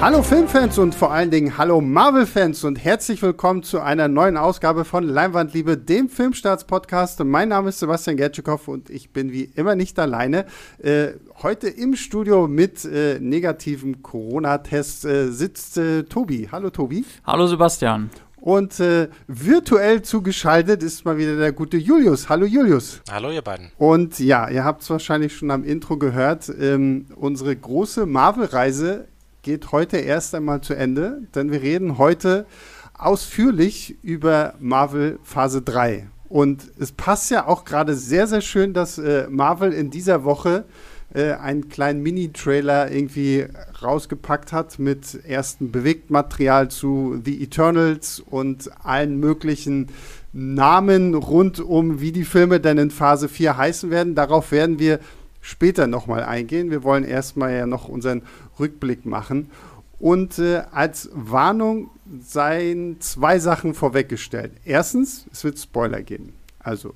Hallo Filmfans und vor allen Dingen hallo Marvel-Fans und herzlich willkommen zu einer neuen Ausgabe von Leinwandliebe, dem Filmstarts-Podcast. Mein Name ist Sebastian Gertschikow und ich bin wie immer nicht alleine. Heute im Studio mit negativem Corona-Test sitzt Tobi. Hallo Tobi. Hallo Sebastian. Und virtuell zugeschaltet ist mal wieder der gute Julius. Hallo Julius. Hallo ihr beiden. Und ja, ihr habt es wahrscheinlich schon am Intro gehört, unsere große Marvel-Reise geht heute erst einmal zu Ende, denn wir reden heute ausführlich über Marvel Phase 3. Und es passt ja auch gerade sehr, sehr schön, dass Marvel in dieser Woche einen kleinen Mini-Trailer irgendwie rausgepackt hat mit erstem Bewegtmaterial zu The Eternals und allen möglichen Namen rund um, wie die Filme denn in Phase 4 heißen werden. Darauf werden wir später nochmal eingehen. Wir wollen erstmal ja noch unseren Rückblick machen. Und als Warnung seien 2 Sachen vorweggestellt. Erstens, es wird Spoiler geben. Also,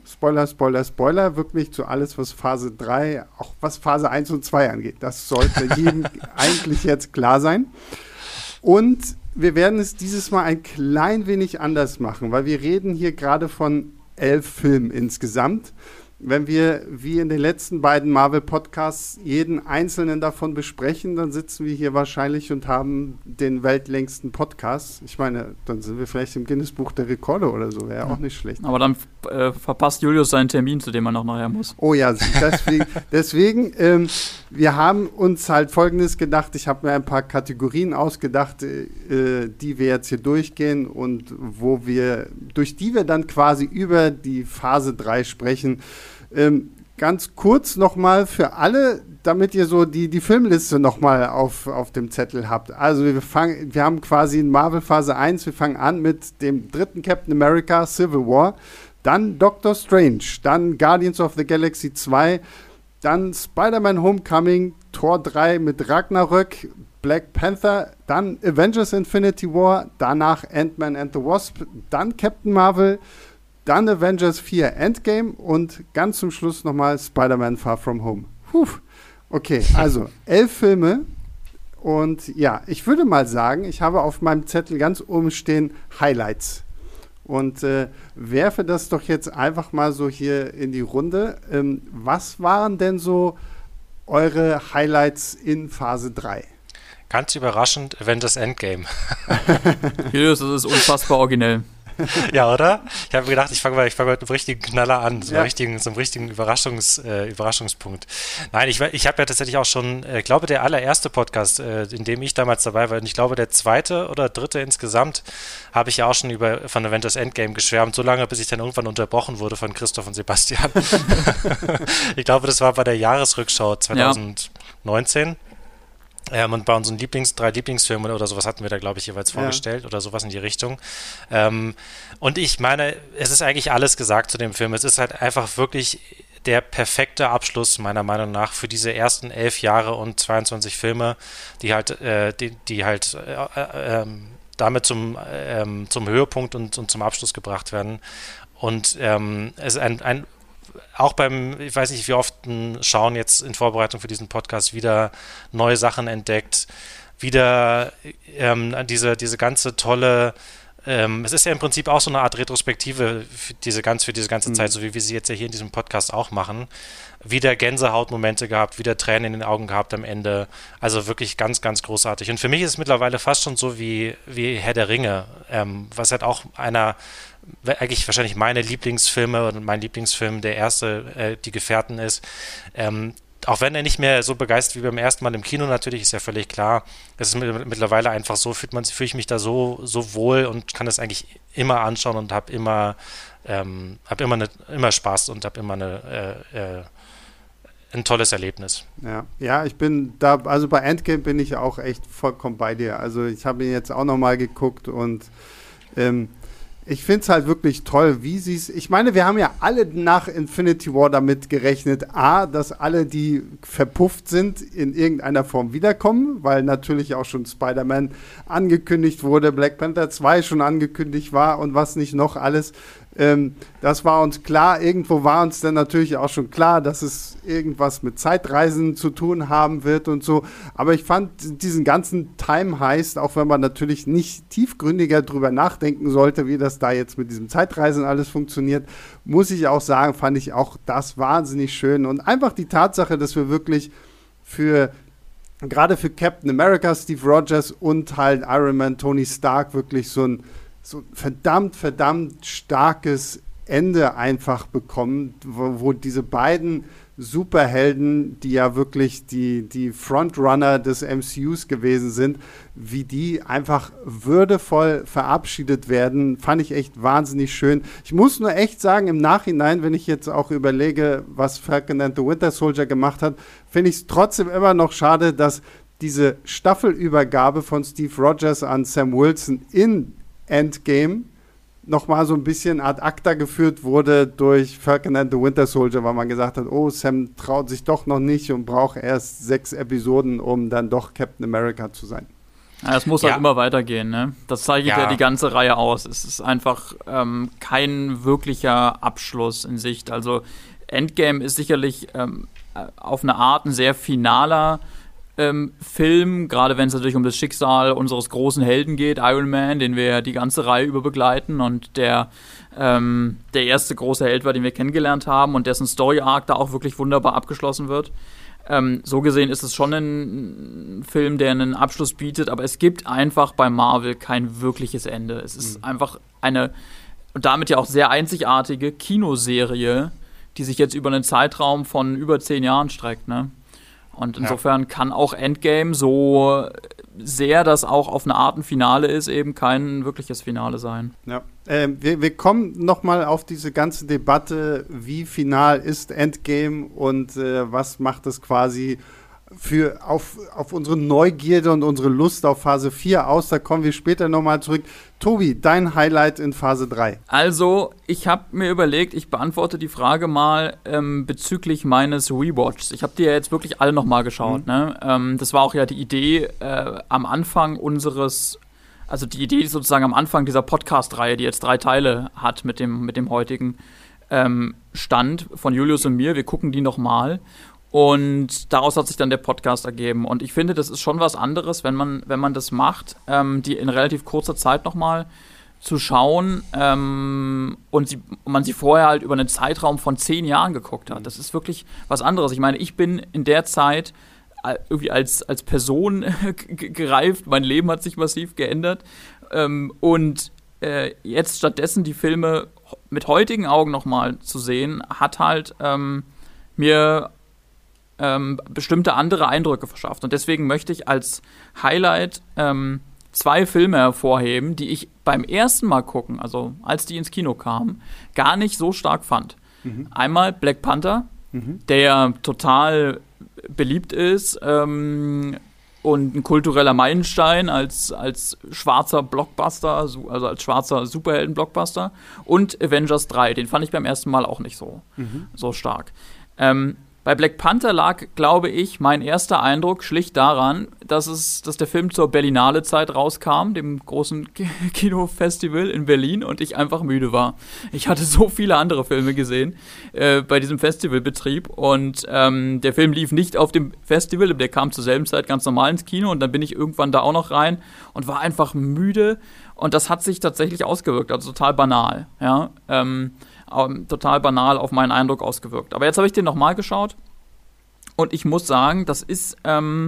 Spoiler, wirklich zu alles, was Phase 3, auch was Phase 1 und 2 angeht. Das sollte jedem eigentlich jetzt klar sein. Und wir werden es dieses Mal ein klein wenig anders machen, weil wir reden hier gerade von 11 Filmen insgesamt. Wenn wir, wie in den letzten beiden Marvel-Podcasts, jeden einzelnen davon besprechen, dann sitzen wir hier wahrscheinlich und haben den weltlängsten Podcast. Ich meine, dann sind wir vielleicht im Guinness-Buch der Rekorde oder so, wäre ja auch nicht schlecht. Aber dann verpasst Julius seinen Termin, zu dem er noch nachher muss. Oh ja, deswegen wir haben uns halt Folgendes gedacht. Ich habe mir ein paar Kategorien ausgedacht, die wir jetzt hier durchgehen und durch die wir dann quasi über die Phase 3 sprechen. Ganz kurz nochmal für alle, damit ihr so die Filmliste nochmal auf dem Zettel habt. Also wir haben quasi in Marvel Phase 1, wir fangen an mit dem 3. Captain America, Civil War, dann Doctor Strange, dann Guardians of the Galaxy 2, dann Spider-Man Homecoming, Thor 3 mit Ragnarök, Black Panther, dann Avengers Infinity War, danach Ant-Man and the Wasp, dann Captain Marvel, dann Avengers 4 Endgame und ganz zum Schluss nochmal Spider-Man Far From Home. Okay, also 11 Filme und ja, ich würde mal sagen, ich habe auf meinem Zettel ganz oben stehen Highlights und werfe das doch jetzt einfach mal so hier in die Runde. Was waren denn so eure Highlights in Phase 3? Ganz überraschend, Avengers Endgame. Julius, das ist unfassbar originell. Ja, oder? Ich habe gedacht, ich fange mit einem richtigen Knaller an, so einem richtigen Überraschungspunkt. Nein, ich habe ja tatsächlich auch schon, ich glaube, der allererste Podcast, in dem ich damals dabei war, und ich glaube, der 2. oder 3. insgesamt, habe ich ja auch schon von Avengers Endgame geschwärmt, so lange, bis ich dann irgendwann unterbrochen wurde von Christoph und Sebastian. Ich glaube, das war bei der Jahresrückschau 2019. Und bei unseren 3 Lieblingsfilmen oder sowas hatten wir da, glaube ich, jeweils vorgestellt oder sowas in die Richtung. Und ich meine, es ist eigentlich alles gesagt zu dem Film. Es ist halt einfach wirklich der perfekte Abschluss, meiner Meinung nach, für diese ersten 11 Jahre und 22 Filme, die halt, damit zum Höhepunkt und zum Abschluss gebracht werden. Und es ist auch ich weiß nicht, wie oft Schauen jetzt in Vorbereitung für diesen Podcast wieder neue Sachen entdeckt, wieder diese ganze tolle, es ist ja im Prinzip auch so eine Art Retrospektive für diese ganze Zeit, so wie wir sie jetzt ja hier in diesem Podcast auch machen, wieder Gänsehautmomente gehabt, wieder Tränen in den Augen gehabt am Ende, also wirklich ganz, ganz großartig. Und für mich ist es mittlerweile fast schon so wie Herr der Ringe, was halt auch eigentlich wahrscheinlich meine Lieblingsfilme und mein Lieblingsfilm, der erste, Die Gefährten ist. Auch wenn er nicht mehr so begeistert wie beim ersten Mal im Kino, natürlich, ist ja völlig klar. Es ist mittlerweile einfach so, fühle ich mich da so wohl und kann es eigentlich immer anschauen und habe immer Spaß und habe immer ein tolles Erlebnis. Ja, ich bin da, also bei Endgame bin ich auch echt vollkommen bei dir. Also ich habe ihn jetzt auch nochmal geguckt und ich finde es halt wirklich toll, wie sie es. Ich meine, wir haben ja alle nach Infinity War damit gerechnet, dass alle, die verpufft sind, in irgendeiner Form wiederkommen, weil natürlich auch schon Spider-Man angekündigt wurde, Black Panther 2 schon angekündigt war und was nicht noch alles. Das war uns klar. Irgendwo war uns dann natürlich auch schon klar, dass es irgendwas mit Zeitreisen zu tun haben wird und so. Aber ich fand diesen ganzen Time Heist, auch wenn man natürlich nicht tiefgründiger drüber nachdenken sollte, wie das da jetzt mit diesem Zeitreisen alles funktioniert, muss ich auch sagen, fand ich auch das wahnsinnig schön. Und einfach die Tatsache, dass wir wirklich gerade für Captain America, Steve Rogers und halt Iron Man, Tony Stark wirklich so ein verdammt starkes Ende einfach bekommen, wo diese beiden Superhelden, die ja wirklich die Frontrunner des MCUs gewesen sind, wie die einfach würdevoll verabschiedet werden, fand ich echt wahnsinnig schön. Ich muss nur echt sagen, im Nachhinein, wenn ich jetzt auch überlege, was Falcon and the Winter Soldier gemacht hat, finde ich es trotzdem immer noch schade, dass diese Staffelübergabe von Steve Rogers an Sam Wilson in Endgame nochmal so ein bisschen ad acta geführt wurde durch Falcon and the Winter Soldier, weil man gesagt hat, oh, Sam traut sich doch noch nicht und braucht erst 6 Episoden, um dann doch Captain America zu sein. Ja, es muss halt immer weitergehen, ne? Das zeigt ja die ganze Reihe aus. Es ist einfach kein wirklicher Abschluss in Sicht. Also Endgame ist sicherlich auf eine Art ein sehr finaler Film, gerade wenn es natürlich um das Schicksal unseres großen Helden geht, Iron Man, den wir die ganze Reihe über begleiten und der erste große Held war, den wir kennengelernt haben und dessen Story-Arc da auch wirklich wunderbar abgeschlossen wird. So gesehen ist es schon ein Film, der einen Abschluss bietet, aber es gibt einfach bei Marvel kein wirkliches Ende. Es ist einfach eine, und damit ja auch sehr einzigartige Kinoserie, die sich jetzt über einen Zeitraum von über 10 Jahren streckt, ne? Und insofern kann auch Endgame, so sehr das auch auf eine Art ein Finale ist, eben kein wirkliches Finale sein. Ja. Wir kommen nochmal auf diese ganze Debatte, wie final ist Endgame und was macht es quasi auf unsere Neugierde und unsere Lust auf Phase 4 aus. Da kommen wir später nochmal zurück. Tobi, dein Highlight in Phase 3. Also, ich habe mir überlegt, ich beantworte die Frage mal bezüglich meines Rewatchs. Ich habe die ja jetzt wirklich alle nochmal geschaut. Ne? Das war auch ja die Idee am Anfang also die Idee sozusagen am Anfang dieser Podcast-Reihe, die jetzt 3 Teile hat mit dem heutigen Stand von Julius und mir. Wir gucken die nochmal. Und daraus hat sich dann der Podcast ergeben. Und ich finde, das ist schon was anderes, wenn man das macht, die in relativ kurzer Zeit nochmal zu schauen und man sie vorher halt über einen Zeitraum von 10 Jahren geguckt hat. Das ist wirklich was anderes. Ich meine, ich bin in der Zeit irgendwie als Person gereift. Mein Leben hat sich massiv geändert. Und jetzt stattdessen die Filme mit heutigen Augen nochmal zu sehen, hat halt mir bestimmte andere Eindrücke verschafft. Und deswegen möchte ich als Highlight 2 Filme hervorheben, die ich beim ersten Mal gucken, also als die ins Kino kamen, gar nicht so stark fand. Einmal Black Panther, der ja total beliebt ist und ein kultureller Meilenstein als schwarzer Blockbuster, also als schwarzer Superhelden-Blockbuster, und Avengers 3, den fand ich beim ersten Mal auch nicht so stark. Bei Black Panther lag, glaube ich, mein erster Eindruck schlicht daran, dass der Film zur Berlinale-Zeit rauskam, dem großen Kinofestival in Berlin, und ich einfach müde war. Ich hatte so viele andere Filme gesehen bei diesem Festivalbetrieb und der Film lief nicht auf dem Festival, der kam zur selben Zeit ganz normal ins Kino und dann bin ich irgendwann da auch noch rein und war einfach müde und das hat sich tatsächlich ausgewirkt, also total banal, ja, total banal auf meinen Eindruck ausgewirkt. Aber jetzt habe ich den nochmal geschaut und ich muss sagen, das ist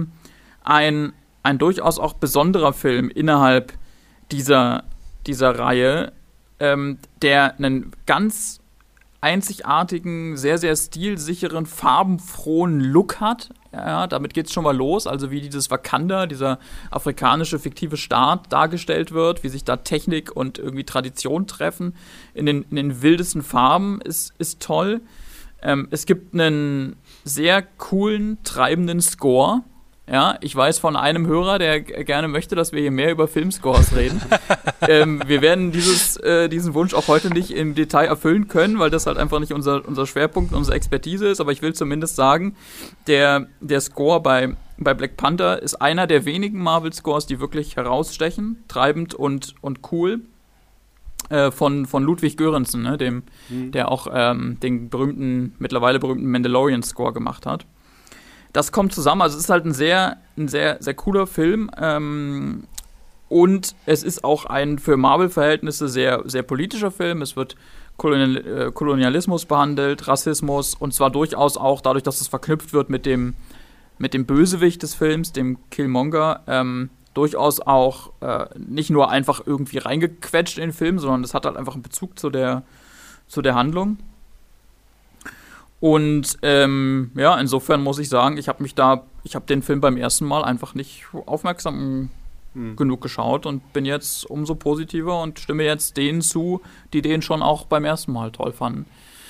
ein durchaus auch besonderer Film innerhalb dieser Reihe, der einen ganz einzigartigen, sehr, sehr stilsicheren, farbenfrohen Look hat. Ja, damit geht's schon mal los, also wie dieses Wakanda, dieser afrikanische fiktive Staat dargestellt wird, wie sich da Technik und irgendwie Tradition treffen, in den wildesten Farben, ist toll. Es gibt einen sehr coolen, treibenden Score. Ja, ich weiß von einem Hörer, der gerne möchte, dass wir hier mehr über Filmscores reden. Wir werden diesen Wunsch auch heute nicht im Detail erfüllen können, weil das halt einfach nicht unser Schwerpunkt, unsere Expertise ist. Aber ich will zumindest sagen, der Score bei Black Panther ist einer der wenigen Marvel-Scores, die wirklich herausstechen, treibend und cool. von Ludwig Göransson, ne, der auch den mittlerweile berühmten Mandalorian-Score gemacht hat. Das kommt zusammen, also es ist halt ein sehr, sehr cooler Film. Und es ist auch ein für Marvel-Verhältnisse sehr, sehr politischer Film. Es wird Kolonialismus behandelt, Rassismus, und zwar durchaus auch dadurch, dass es verknüpft wird mit dem Bösewicht des Films, dem Killmonger, durchaus auch nicht nur einfach irgendwie reingequetscht in den Film, sondern es hat halt einfach einen Bezug zu der Handlung. Und insofern muss ich sagen, ich habe den Film beim ersten Mal einfach nicht aufmerksam genug geschaut und bin jetzt umso positiver und stimme jetzt denen zu, die den schon auch beim ersten Mal toll fanden.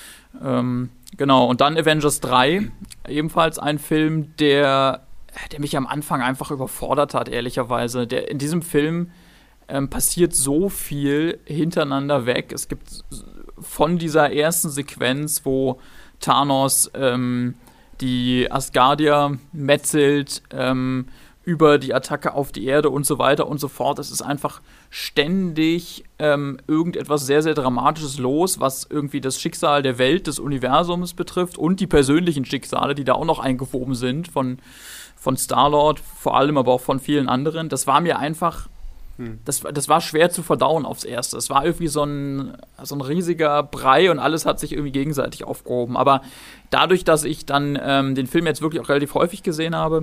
Genau, und dann Avengers 3, ebenfalls ein Film, der mich am Anfang einfach überfordert hat, ehrlicherweise. In diesem Film passiert so viel hintereinander weg. Es gibt von dieser ersten Sequenz, wo Thanos die Asgardier metzelt, über die Attacke auf die Erde und so weiter und so fort. Es ist einfach ständig irgendetwas sehr, sehr Dramatisches los, was irgendwie das Schicksal der Welt, des Universums betrifft und die persönlichen Schicksale, die da auch noch eingewoben sind von Star-Lord, vor allem, aber auch von vielen anderen. Das war mir einfach, das war schwer zu verdauen aufs Erste. Es war irgendwie so ein riesiger Brei und alles hat sich irgendwie gegenseitig aufgehoben. Aber dadurch, dass ich dann den Film jetzt wirklich auch relativ häufig gesehen habe,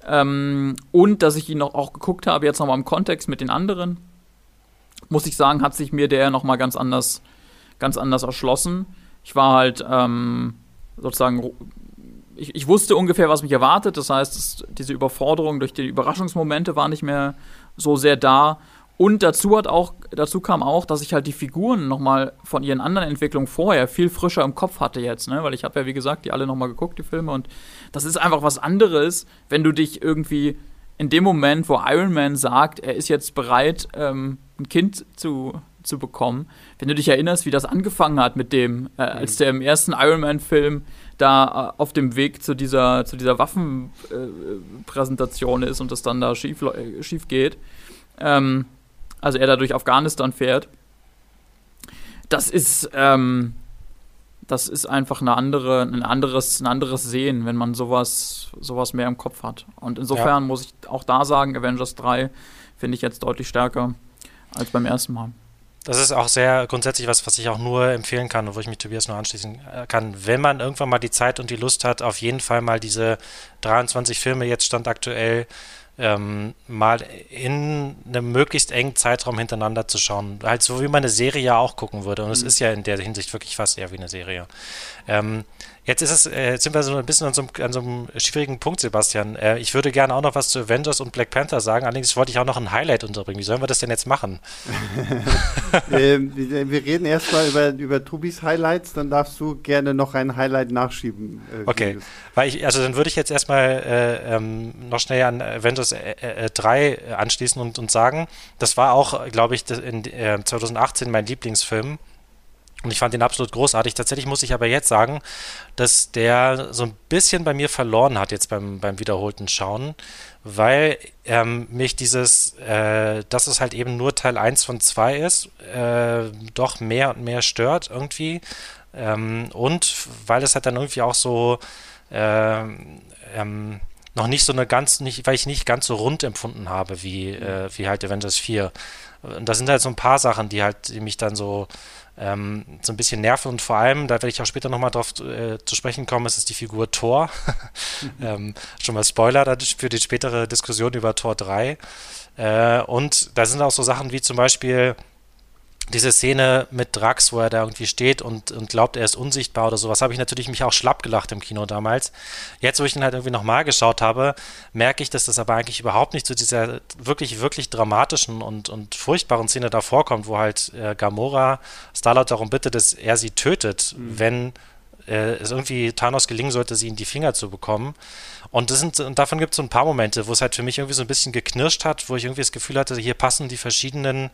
und dass ich ihn auch geguckt habe, jetzt nochmal im Kontext mit den anderen, muss ich sagen, hat sich mir der nochmal ganz anders erschlossen. Ich war halt sozusagen, ich wusste ungefähr, was mich erwartet, das heißt, diese Überforderung durch die Überraschungsmomente war nicht mehr so sehr da. Und dazu kam auch, dass ich halt die Figuren nochmal von ihren anderen Entwicklungen vorher viel frischer im Kopf hatte jetzt, ne? Weil ich habe ja, wie gesagt, die alle nochmal geguckt, die Filme, und das ist einfach was anderes, wenn du dich irgendwie in dem Moment, wo Iron Man sagt, er ist jetzt bereit, ein Kind zu bekommen, wenn du dich erinnerst, wie das angefangen hat mit dem, als der im ersten Iron Man-Film da auf dem Weg zu dieser Waffenpräsentation ist und das dann da schief geht, also er da durch Afghanistan fährt, das ist einfach ein anderes Sehen, wenn man sowas mehr im Kopf hat. Und insofern muss ich auch da sagen, Avengers 3 finde ich jetzt deutlich stärker als beim ersten Mal. Das ist auch sehr grundsätzlich was ich auch nur empfehlen kann und wo ich mich Tobias nur anschließen kann. Wenn man irgendwann mal die Zeit und die Lust hat, auf jeden Fall mal diese 23 Filme, jetzt Stand aktuell, mal in einem möglichst engen Zeitraum hintereinander zu schauen. Halt so, wie man eine Serie ja auch gucken würde. Und es ist ja in der Hinsicht wirklich fast eher wie eine Serie. Jetzt sind wir so ein bisschen an so einem schwierigen Punkt, Sebastian. Ich würde gerne auch noch was zu Avengers und Black Panther sagen, allerdings wollte ich auch noch ein Highlight unterbringen. Wie sollen wir das denn jetzt machen? Wir reden erstmal über Tobis Highlights, dann darfst du gerne noch ein Highlight nachschieben. Okay, dann würde ich jetzt erstmal noch schnell an Avengers 3 anschließen und sagen, das war auch, glaube ich, in 2018 mein Lieblingsfilm. Und ich fand ihn absolut großartig. Tatsächlich muss ich aber jetzt sagen, dass der so ein bisschen bei mir verloren hat jetzt beim wiederholten Schauen, weil mich dass es halt eben nur Teil 1 von 2 ist, doch mehr und mehr stört irgendwie. Und weil es halt dann irgendwie auch so noch nicht so weil ich nicht ganz so rund empfunden habe wie halt Avengers 4. Und da sind halt so ein paar Sachen, die mich dann so ein bisschen nerven, und vor allem, da werde ich auch später nochmal drauf zu sprechen kommen, ist es die Figur Thor. Schon mal Spoiler für die spätere Diskussion über Thor 3. Und da sind auch so Sachen wie zum Beispiel diese Szene mit Drax, wo er da irgendwie steht und glaubt, er ist unsichtbar oder sowas, habe ich natürlich mich auch schlapp gelacht im Kino damals. Jetzt, wo ich ihn halt irgendwie nochmal geschaut habe, merke ich, dass das aber eigentlich überhaupt nicht zu dieser wirklich, wirklich dramatischen und furchtbaren Szene da vorkommt, wo halt Gamora Star-Lord darum bittet, dass er sie tötet, wenn es irgendwie Thanos gelingen sollte, sie in die Finger zu bekommen. Und davon gibt es so ein paar Momente, wo es halt für mich irgendwie so ein bisschen geknirscht hat, wo ich irgendwie das Gefühl hatte, hier passen die verschiedenen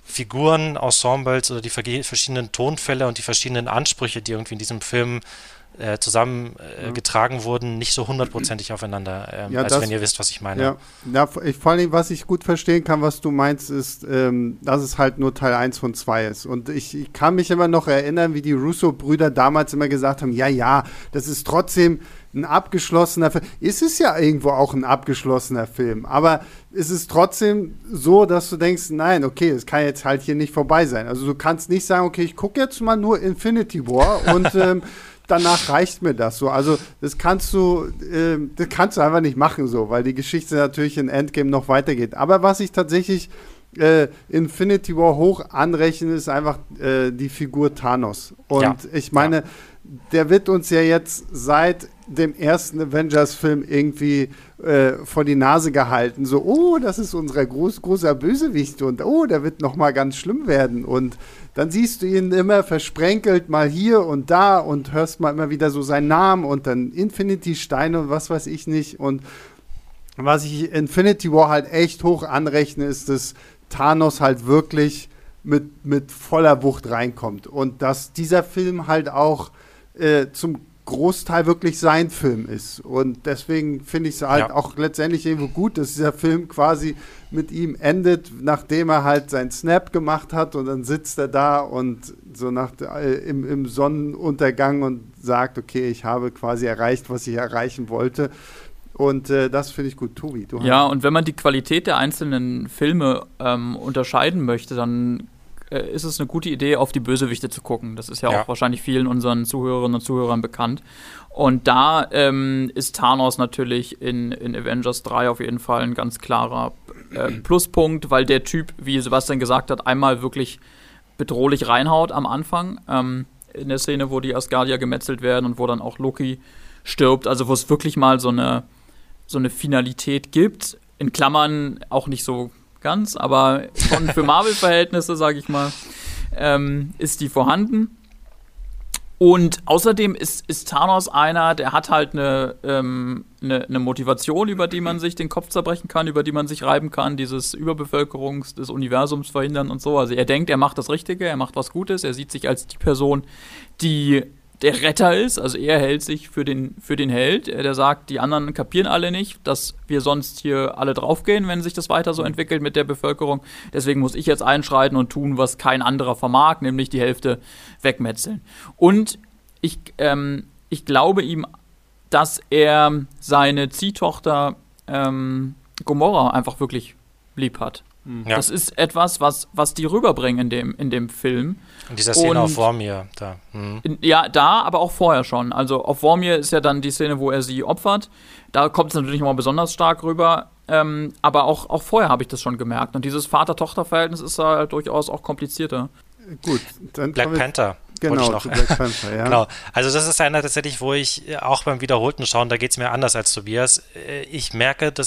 Figuren, Ensembles oder die verschiedenen Tonfälle und die verschiedenen Ansprüche, die irgendwie in diesem Film zusammengetragen wurden, nicht so hundertprozentig aufeinander, als wenn ihr wisst, was ich meine. Ja, vor allem, was ich gut verstehen kann, was du meinst, ist, dass es halt nur Teil 1 von 2 ist. Und ich kann mich immer noch erinnern, wie die Russo-Brüder damals immer gesagt haben, ja, das ist trotzdem ein abgeschlossener Film. Es ist ja irgendwo auch ein abgeschlossener Film, aber es ist trotzdem so, dass du denkst, nein, okay, es kann jetzt halt hier nicht vorbei sein. Also du kannst nicht sagen, okay, ich gucke jetzt mal nur Infinity War und danach reicht mir das so. Also das kannst du einfach nicht machen so, weil die Geschichte natürlich in Endgame noch weitergeht. Aber was ich tatsächlich Infinity War hoch anrechne, ist einfach die Figur Thanos. Und ich meine, der wird uns ja jetzt seit dem ersten Avengers-Film irgendwie vor die Nase gehalten. So, oh, das ist unser großer Bösewicht und oh, der wird noch mal ganz schlimm werden. Und dann siehst du ihn immer versprenkelt mal hier und da und hörst mal immer wieder so seinen Namen und dann Infinity-Steine und was weiß ich nicht. Und was ich Infinity War halt echt hoch anrechne, ist, dass Thanos halt wirklich mit voller Wucht reinkommt. Und dass dieser Film halt auch zum Großteil wirklich sein Film ist. Und deswegen finde ich es halt auch letztendlich irgendwo gut, dass dieser Film quasi mit ihm endet, nachdem er halt seinen Snap gemacht hat und dann sitzt er da und so im Sonnenuntergang und sagt, okay, ich habe quasi erreicht, was ich erreichen wollte. Und das finde ich gut. Tobi, du Ja, und wenn man die Qualität der einzelnen Filme unterscheiden möchte, dann ist es eine gute Idee, auf die Bösewichte zu gucken. Das ist ja auch wahrscheinlich vielen unseren Zuhörerinnen und Zuhörern bekannt. Und da ist Thanos natürlich in Avengers 3 auf jeden Fall ein ganz klarer Pluspunkt, weil der Typ, wie Sebastian gesagt hat, einmal wirklich bedrohlich reinhaut am Anfang, in der Szene, wo die Asgardier gemetzelt werden und wo dann auch Loki stirbt. Also wo es wirklich mal so eine Finalität gibt. In Klammern auch nicht so ganz, aber schon für Marvel-Verhältnisse, sage ich mal, ist die vorhanden. Und außerdem ist Thanos einer, der hat halt eine Motivation, über die man sich den Kopf zerbrechen kann, über die man sich reiben kann, dieses Überbevölkerung des Universums verhindern und so. Also er denkt, er macht das Richtige, er macht was Gutes, er sieht sich als die Person, die der Retter ist, also er hält sich für den Held, der sagt, die anderen kapieren alle nicht, dass wir sonst hier alle draufgehen, wenn sich das weiter so entwickelt mit der Bevölkerung. Deswegen muss ich jetzt einschreiten und tun, was kein anderer vermag, nämlich die Hälfte wegmetzeln. Und ich glaube ihm, dass er seine Ziehtochter Gamora einfach wirklich lieb hat. Ja. Das ist etwas, was die rüberbringen in dem Film. In dieser Szene auf Vormir, da. Da, aber auch vorher schon. Also auf Vormir ist ja dann die Szene, wo er sie opfert. Da kommt es natürlich nochmal besonders stark rüber. Aber auch vorher habe ich das schon gemerkt. Und dieses Vater-Tochter-Verhältnis ist halt durchaus auch komplizierter. Gut, dann Black Panther. Genau, Black Panther, ja. Genau. Also das ist einer tatsächlich, wo ich auch beim wiederholten Schauen, da geht es mir anders als Tobias. Ich merke, dass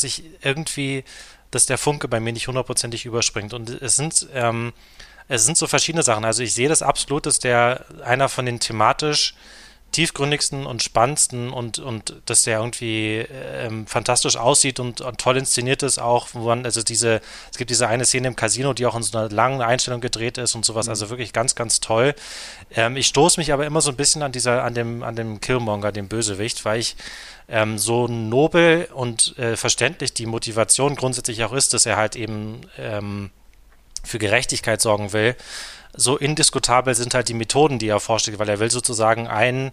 der Funke bei mir nicht hundertprozentig überspringt. Und es sind so verschiedene Sachen. Also ich sehe das absolut, dass der einer von den thematisch tiefgründigsten und spannendsten und dass der irgendwie fantastisch aussieht und toll inszeniert ist auch, es gibt diese eine Szene im Casino, die auch in so einer langen Einstellung gedreht ist und sowas, also wirklich ganz, ganz toll. Ich stoße mich aber immer so ein bisschen an dem Killmonger, dem Bösewicht, weil ich so nobel und verständlich die Motivation grundsätzlich auch ist, dass er halt eben für Gerechtigkeit sorgen will. So indiskutabel sind halt die Methoden, die er vorschlägt, weil er will sozusagen ein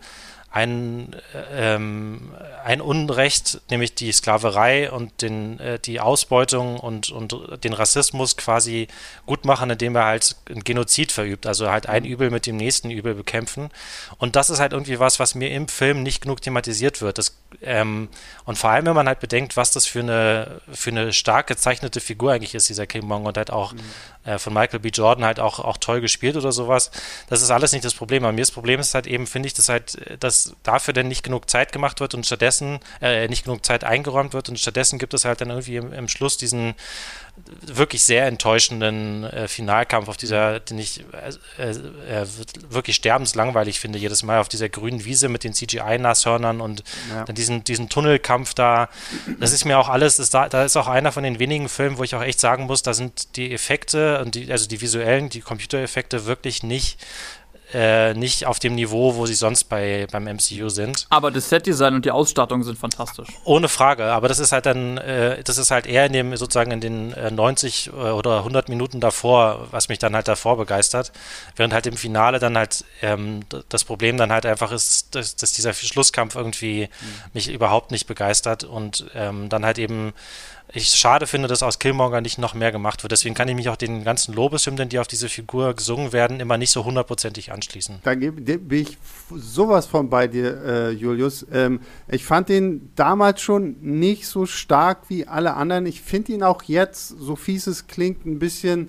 Unrecht, nämlich die Sklaverei und die Ausbeutung und den Rassismus quasi gut machen, indem er halt einen Genozid verübt, also halt ein Übel mit dem nächsten Übel bekämpfen. Und das ist halt irgendwie was mir im Film nicht genug thematisiert wird. Und vor allem, wenn man halt bedenkt, was das für eine stark gezeichnete Figur eigentlich ist, dieser Killmonger, und halt auch von Michael B. Jordan halt auch toll gespielt oder sowas. Das ist alles nicht das Problem. Aber mir das Problem ist halt eben, finde ich, dass dafür dann nicht genug Zeit gemacht wird und stattdessen nicht genug Zeit eingeräumt wird und stattdessen gibt es halt dann irgendwie im Schluss diesen wirklich sehr enttäuschenden Finalkampf auf dieser, den ich wirklich sterbenslangweilig finde, jedes Mal auf dieser grünen Wiese mit den CGI-Nashörnern und dann diesen Tunnelkampf da. Das ist mir auch alles, da ist auch einer von den wenigen Filmen, wo ich auch echt sagen muss, da sind die Effekte und die visuellen, die Computereffekte wirklich nicht nicht auf dem Niveau, wo sie sonst beim MCU sind. Aber das Setdesign und die Ausstattung sind fantastisch. Ohne Frage, aber das ist halt dann, das ist halt eher in den 90 oder 100 Minuten davor, was mich dann halt davor begeistert, während halt im Finale dann halt das Problem dann halt einfach ist, dass dieser Schlusskampf irgendwie mich überhaupt nicht begeistert und dann halt eben ich schade finde, dass aus Killmonger nicht noch mehr gemacht wird. Deswegen kann ich mich auch den ganzen Lobeshymnen, die auf diese Figur gesungen werden, immer nicht so hundertprozentig anschließen. Da bin ich sowas von bei dir, Julius. Ich fand ihn damals schon nicht so stark wie alle anderen. Ich finde ihn auch jetzt, so fies es klingt, ein bisschen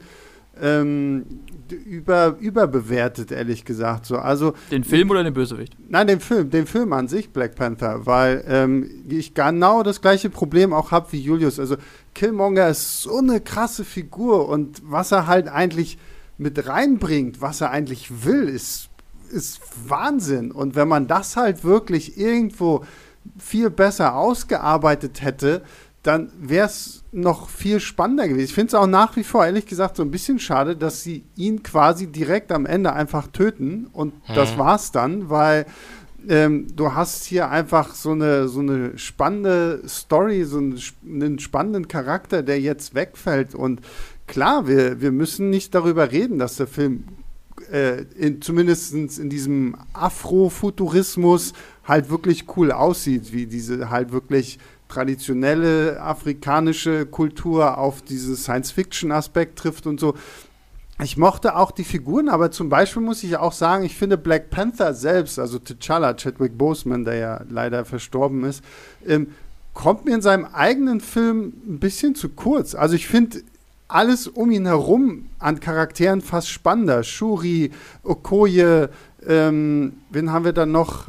überbewertet, ehrlich gesagt. So, also, den Film oder den Bösewicht? Nein, den Film an sich, Black Panther, weil ich genau das gleiche Problem auch habe wie Julius. Also Killmonger ist so eine krasse Figur und was er halt eigentlich mit reinbringt, was er eigentlich will, ist Wahnsinn. Und wenn man das halt wirklich irgendwo viel besser ausgearbeitet hätte, dann wäre es noch viel spannender gewesen. Ich finde es auch nach wie vor, ehrlich gesagt, so ein bisschen schade, dass sie ihn quasi direkt am Ende einfach töten und das war's dann, weil du hast hier einfach so eine spannende Story, so einen spannenden Charakter, der jetzt wegfällt und klar, wir müssen nicht darüber reden, dass der Film zumindest in diesem Afrofuturismus halt wirklich cool aussieht, wie diese halt wirklich traditionelle afrikanische Kultur auf diesen Science-Fiction-Aspekt trifft und so. Ich mochte auch die Figuren, aber zum Beispiel muss ich auch sagen, ich finde Black Panther selbst, also T'Challa, Chadwick Boseman, der ja leider verstorben ist, kommt mir in seinem eigenen Film ein bisschen zu kurz. Also ich finde alles um ihn herum an Charakteren fast spannender. Shuri, Okoye, wen haben wir dann noch?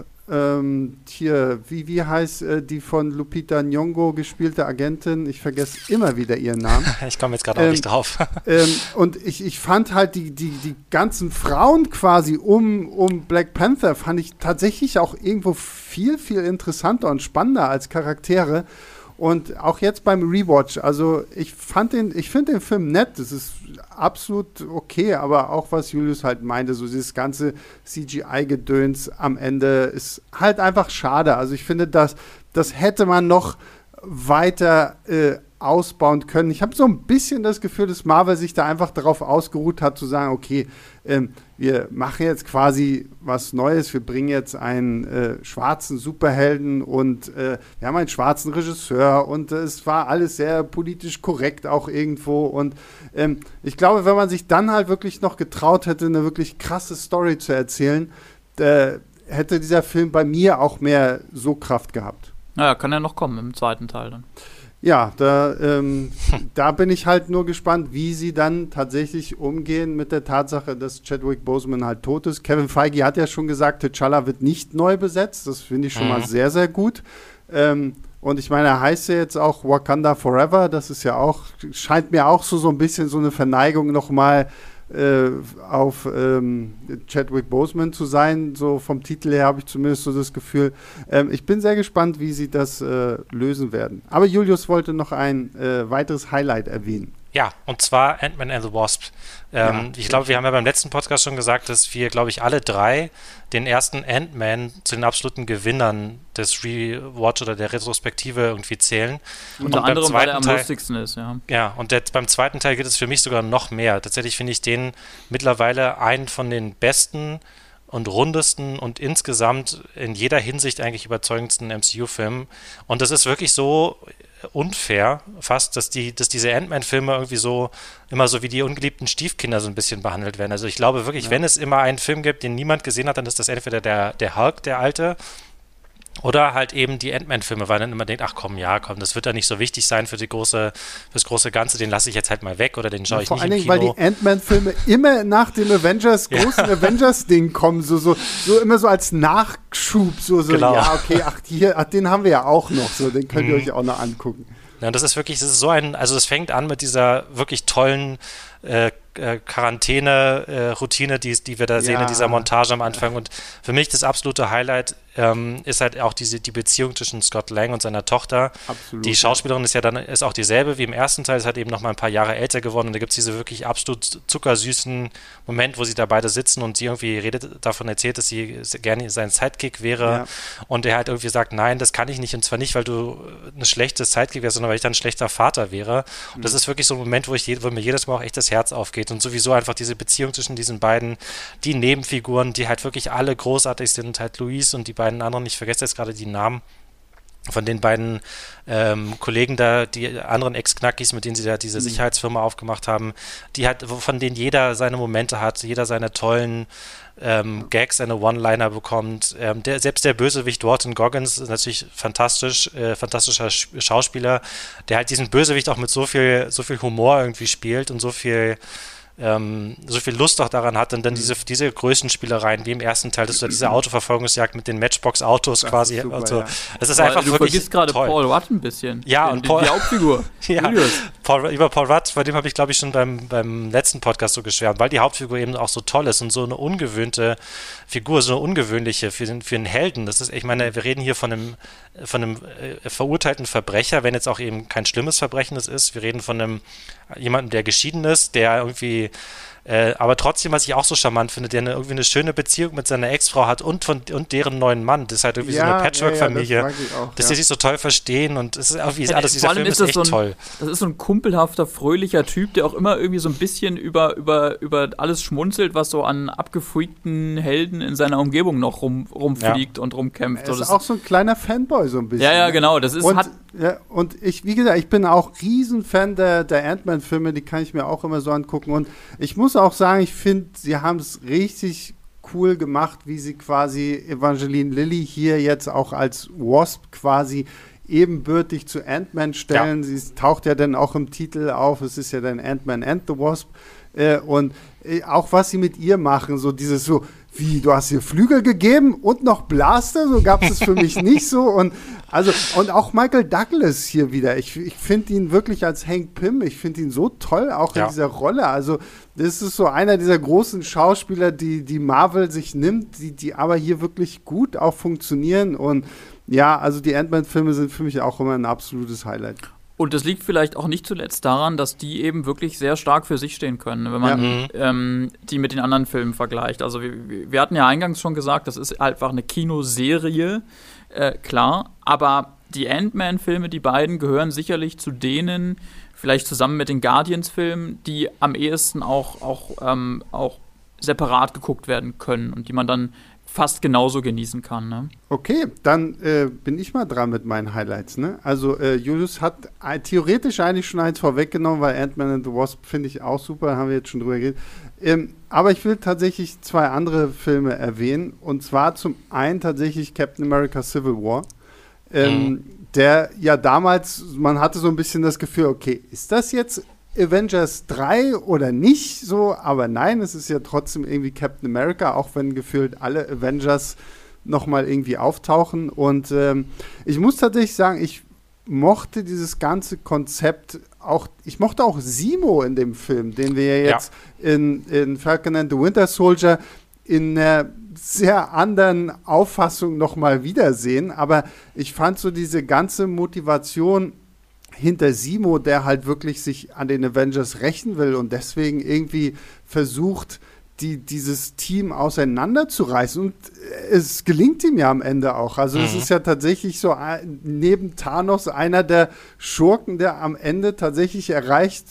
Hier, wie heißt die von Lupita Nyong'o gespielte Agentin? Ich vergesse immer wieder ihren Namen. Ich komme jetzt gerade auch nicht drauf. Und ich fand halt die ganzen Frauen quasi um Black Panther fand ich tatsächlich auch irgendwo viel, viel interessanter und spannender als Charaktere. Und auch jetzt beim Rewatch, also ich finde den Film nett, das ist absolut okay, aber auch was Julius halt meinte, so dieses ganze CGI-Gedöns am Ende ist halt einfach schade. Also ich finde, das hätte man noch weiter ausbauen können. Ich habe so ein bisschen das Gefühl, dass Marvel sich da einfach darauf ausgeruht hat, zu sagen, okay, wir machen jetzt quasi was Neues, wir bringen jetzt einen schwarzen Superhelden und wir haben einen schwarzen Regisseur und es war alles sehr politisch korrekt auch irgendwo und ich glaube, wenn man sich dann halt wirklich noch getraut hätte, eine wirklich krasse Story zu erzählen, hätte dieser Film bei mir auch mehr Sogkraft gehabt. Naja, kann ja noch kommen im zweiten Teil dann. Ja, da bin ich halt nur gespannt, wie sie dann tatsächlich umgehen mit der Tatsache, dass Chadwick Boseman halt tot ist. Kevin Feige hat ja schon gesagt, T'Challa wird nicht neu besetzt. Das finde ich schon mal sehr, sehr gut. Und ich meine, er heißt ja jetzt auch Wakanda Forever. Das ist ja auch, scheint mir auch so ein bisschen so eine Verneigung nochmal auf Chadwick Boseman zu sein, so vom Titel her habe ich zumindest so das Gefühl. Ich bin sehr gespannt, wie sie das lösen werden. Aber Julius wollte noch ein weiteres Highlight erwähnen. Ja, und zwar Ant-Man and the Wasp. Ich glaube, wir haben ja beim letzten Podcast schon gesagt, dass wir, glaube ich, alle drei den ersten Ant-Man zu den absoluten Gewinnern des Rewatch oder der Retrospektive irgendwie zählen. Unter anderem, weil er am lustigsten ist, ja. Ja, und beim zweiten Teil geht es für mich sogar noch mehr. Tatsächlich finde ich den mittlerweile einen von den besten und rundesten und insgesamt in jeder Hinsicht eigentlich überzeugendsten MCU-Filmen. Und das ist wirklich so unfair fast, dass diese Ant-Man-Filme irgendwie so immer so wie die ungeliebten Stiefkinder so ein bisschen behandelt werden. Also ich glaube wirklich, wenn es immer einen Film gibt, den niemand gesehen hat, dann ist das entweder der Hulk, der alte, oder halt eben die Ant-Man-Filme, weil man dann immer denkt, ach komm, das wird ja nicht so wichtig sein fürs große Ganze, den lasse ich jetzt halt mal weg oder den schaue ich nicht im Kino. Vor allen Dingen, weil die Ant-Man-Filme immer nach dem großen Avengers-Ding kommen, so immer so als Nachschub, genau. Ja, okay, den haben wir ja auch noch, so, den könnt ihr euch auch noch angucken. Ja, und das ist so also es fängt an mit dieser wirklich tollen Quarantäne-Routine, die wir da sehen in dieser Montage am Anfang. Und für mich das absolute Highlight ist halt auch die Beziehung zwischen Scott Lang und seiner Tochter. Absolut. Die Schauspielerin ist auch dieselbe wie im ersten Teil, ist halt eben noch mal ein paar Jahre älter geworden und da gibt es diese wirklich absolut zuckersüßen Moment, wo sie da beide sitzen und sie irgendwie davon erzählt, dass sie gerne sein Sidekick wäre und er halt irgendwie sagt, nein, das kann ich nicht und zwar nicht, weil du ein schlechtes Sidekick wärst, sondern weil ich dann ein schlechter Vater wäre. Und das ist wirklich so ein Moment, wo mir jedes Mal auch echt das Herz aufgeht und sowieso einfach diese Beziehung zwischen diesen beiden, die Nebenfiguren, die halt wirklich alle großartig sind, halt Louise und die beiden anderen, ich vergesse jetzt gerade die Namen von den beiden Kollegen da, die anderen Ex-Knackis, mit denen sie da diese Sicherheitsfirma aufgemacht haben, die halt, von denen jeder seine Momente hat, jeder seine tollen Gags, seine One-Liner bekommt. Selbst der Bösewicht Walton Goggins ist natürlich fantastischer Schauspieler, der halt diesen Bösewicht auch mit so viel Humor irgendwie spielt und so viel Lust auch daran hat und dann diese Größenspielereien wie im ersten Teil, dass du diese Autoverfolgungsjagd mit den Matchbox-Autos das quasi, super, also es ist einfach du wirklich vergisst gerade toll. Paul Rudd ein bisschen. Ja, und Paul, die Hauptfigur. Ja, über Paul Rudd, bei dem habe ich, glaube ich, schon beim letzten Podcast so geschwärmt, weil die Hauptfigur eben auch so toll ist und so eine ungewöhnte Figur, so eine ungewöhnliche für einen Helden. Das ist, ich meine, wir reden hier von einem verurteilten Verbrecher, wenn jetzt auch eben kein schlimmes Verbrechen es ist. Wir reden von jemandem, der geschieden ist, der irgendwie aber trotzdem, was ich auch so charmant finde, der irgendwie eine schöne Beziehung mit seiner Ex-Frau hat und deren neuen Mann. Das ist halt irgendwie so eine Patchwork-Familie, dass die sich so toll verstehen und es ist irgendwie alles, dieser Film ist echt toll. Das ist so ein kumpelhafter, fröhlicher Typ, der auch immer irgendwie so ein bisschen über alles schmunzelt, was so an abgefreakten Helden in seiner Umgebung noch rumfliegt und rumkämpft. Er ist auch so ein kleiner Fanboy so ein bisschen. Ja, genau. Das ist und ich, wie gesagt, ich bin auch Riesenfan der Ant-Man-Filme, die kann ich mir auch immer so angucken und ich muss auch sagen, ich finde, sie haben es richtig cool gemacht, wie sie quasi Evangeline Lilly hier jetzt auch als Wasp quasi ebenbürtig zu Ant-Man stellen. Ja. Sie taucht ja dann auch im Titel auf, es ist ja dann Ant-Man and the Wasp und auch was sie mit ihr machen, so dieses so, wie, du hast ihr Flügel gegeben und noch Blaster? So gab es für mich nicht so. Und auch Michael Douglas hier wieder. Ich finde ihn wirklich als Hank Pym, ich finde ihn so toll, auch in dieser Rolle. Also, das ist so einer dieser großen Schauspieler, die Marvel sich nimmt, die aber hier wirklich gut auch funktionieren. Und ja, also die Ant-Man-Filme sind für mich auch immer ein absolutes Highlight. Und das liegt vielleicht auch nicht zuletzt daran, dass die eben wirklich sehr stark für sich stehen können, wenn man die mit den anderen Filmen vergleicht. Also wir hatten ja eingangs schon gesagt, das ist einfach eine Kinoserie, klar. Aber die Ant-Man-Filme, die beiden, gehören sicherlich zu denen, vielleicht zusammen mit den Guardians-Filmen, die am ehesten auch separat geguckt werden können und die man dann fast genauso genießen kann. Ne? Okay, dann bin ich mal dran mit meinen Highlights. Ne? Also Julius hat theoretisch eigentlich schon eins vorweggenommen, weil Ant-Man and the Wasp finde ich auch super, haben wir jetzt schon drüber geredet. Aber ich will tatsächlich zwei andere Filme erwähnen. Und zwar zum einen tatsächlich Captain America Civil War. Der ja damals, man hatte so ein bisschen das Gefühl, okay, ist das jetzt Avengers 3 oder nicht so, aber nein, es ist ja trotzdem irgendwie Captain America, auch wenn gefühlt alle Avengers nochmal irgendwie auftauchen und ich muss tatsächlich sagen, ich mochte dieses ganze Konzept auch, ich mochte auch Zemo in dem Film, den wir ja jetzt in Falcon and the Winter Soldier in einer sehr anderen Auffassung nochmal wiedersehen, aber ich fand so diese ganze Motivation hinter Zemo, der halt wirklich sich an den Avengers rächen will und deswegen irgendwie versucht, dieses Team auseinanderzureißen. Und es gelingt ihm ja am Ende auch. Also es ist ja tatsächlich so, neben Thanos einer der Schurken, der am Ende tatsächlich erreicht,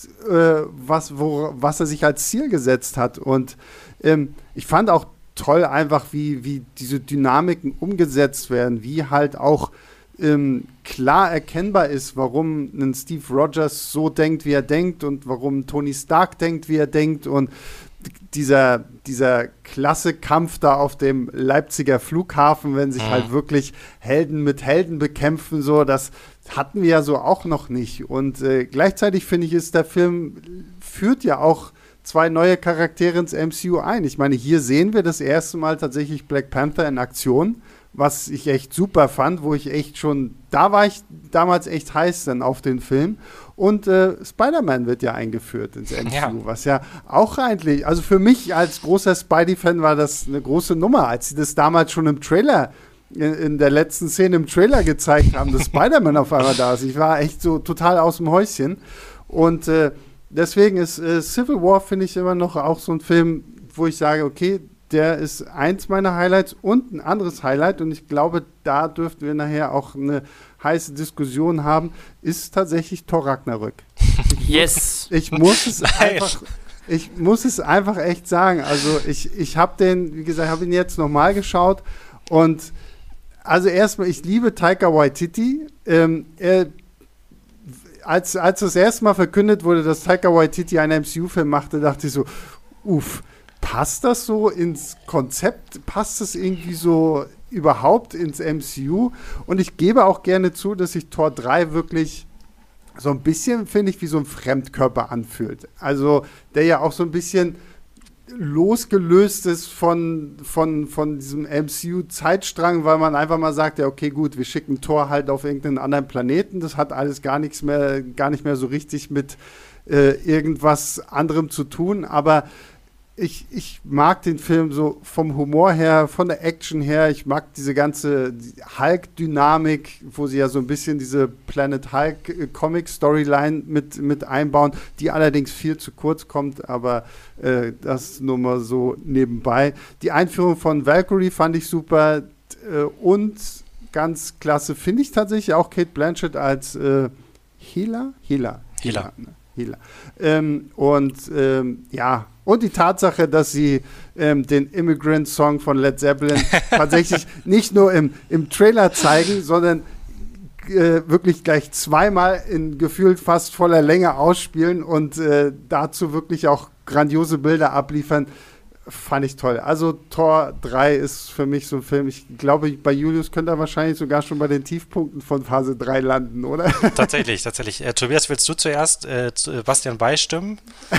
was er sich als Ziel gesetzt hat. Und ich fand auch toll einfach, wie diese Dynamiken umgesetzt werden, wie halt auch klar erkennbar ist, warum ein Steve Rogers so denkt, wie er denkt und warum Tony Stark denkt, wie er denkt und dieser Klasse-Kampf da auf dem Leipziger Flughafen, wenn sich halt wirklich Helden mit Helden bekämpfen, so, das hatten wir ja so auch noch nicht und gleichzeitig finde ich, ist der Film führt ja auch zwei neue Charaktere ins MCU ein. Ich meine, hier sehen wir das erste Mal tatsächlich Black Panther in Aktion, was ich echt super fand, wo ich echt schon, da war ich damals echt heiß dann auf den Film. Und Spider-Man wird ja eingeführt ins MCU, was ja auch eigentlich, also für mich als großer Spidey-Fan war das eine große Nummer, als sie das damals schon im Trailer in der letzten Szene im Trailer gezeigt haben, dass Spider-Man auf einmal da ist. Ich war echt so total aus dem Häuschen. Und deswegen ist Civil War, finde ich, immer noch auch so ein Film, wo ich sage, okay, der ist eins meiner Highlights und ein anderes Highlight. Und ich glaube, da dürften wir nachher auch eine heiße Diskussion haben, ist tatsächlich Thor Ragnarök. Yes! Ich muss es einfach echt sagen. Also ich habe den, wie gesagt, habe ihn jetzt nochmal geschaut und also erstmal, ich liebe Taika Waititi. Als das erste Mal verkündet wurde, dass Taika Waititi einen MCU-Film machte, dachte ich so, passt das so ins Konzept? Passt das irgendwie so überhaupt ins MCU? Und ich gebe auch gerne zu, dass sich Thor 3 wirklich so ein bisschen, finde ich, wie so ein Fremdkörper anfühlt. Also der ja auch so ein bisschen losgelöst ist von diesem MCU-Zeitstrang, weil man einfach mal sagt, ja okay, gut, wir schicken Thor halt auf irgendeinen anderen Planeten. Das hat alles gar nicht mehr so richtig mit irgendwas anderem zu tun, aber ich mag den Film so vom Humor her, von der Action her. Ich mag diese ganze Hulk-Dynamik, wo sie ja so ein bisschen diese Planet Hulk-Comic-Storyline mit einbauen, die allerdings viel zu kurz kommt, aber das nur mal so nebenbei. Die Einführung von Valkyrie fand ich super und ganz klasse finde ich tatsächlich auch Cate Blanchett als Hela. Und die Tatsache, dass sie den Immigrant-Song von Led Zeppelin tatsächlich nicht nur im Trailer zeigen, sondern wirklich gleich zweimal in gefühlt fast voller Länge ausspielen und dazu wirklich auch grandiose Bilder abliefern, fand ich toll. Also Thor 3 ist für mich so ein Film, ich glaube, bei Julius könnte er wahrscheinlich sogar schon bei den Tiefpunkten von Phase 3 landen, oder? Tatsächlich. Tobias, willst du zuerst Bastian beistimmen?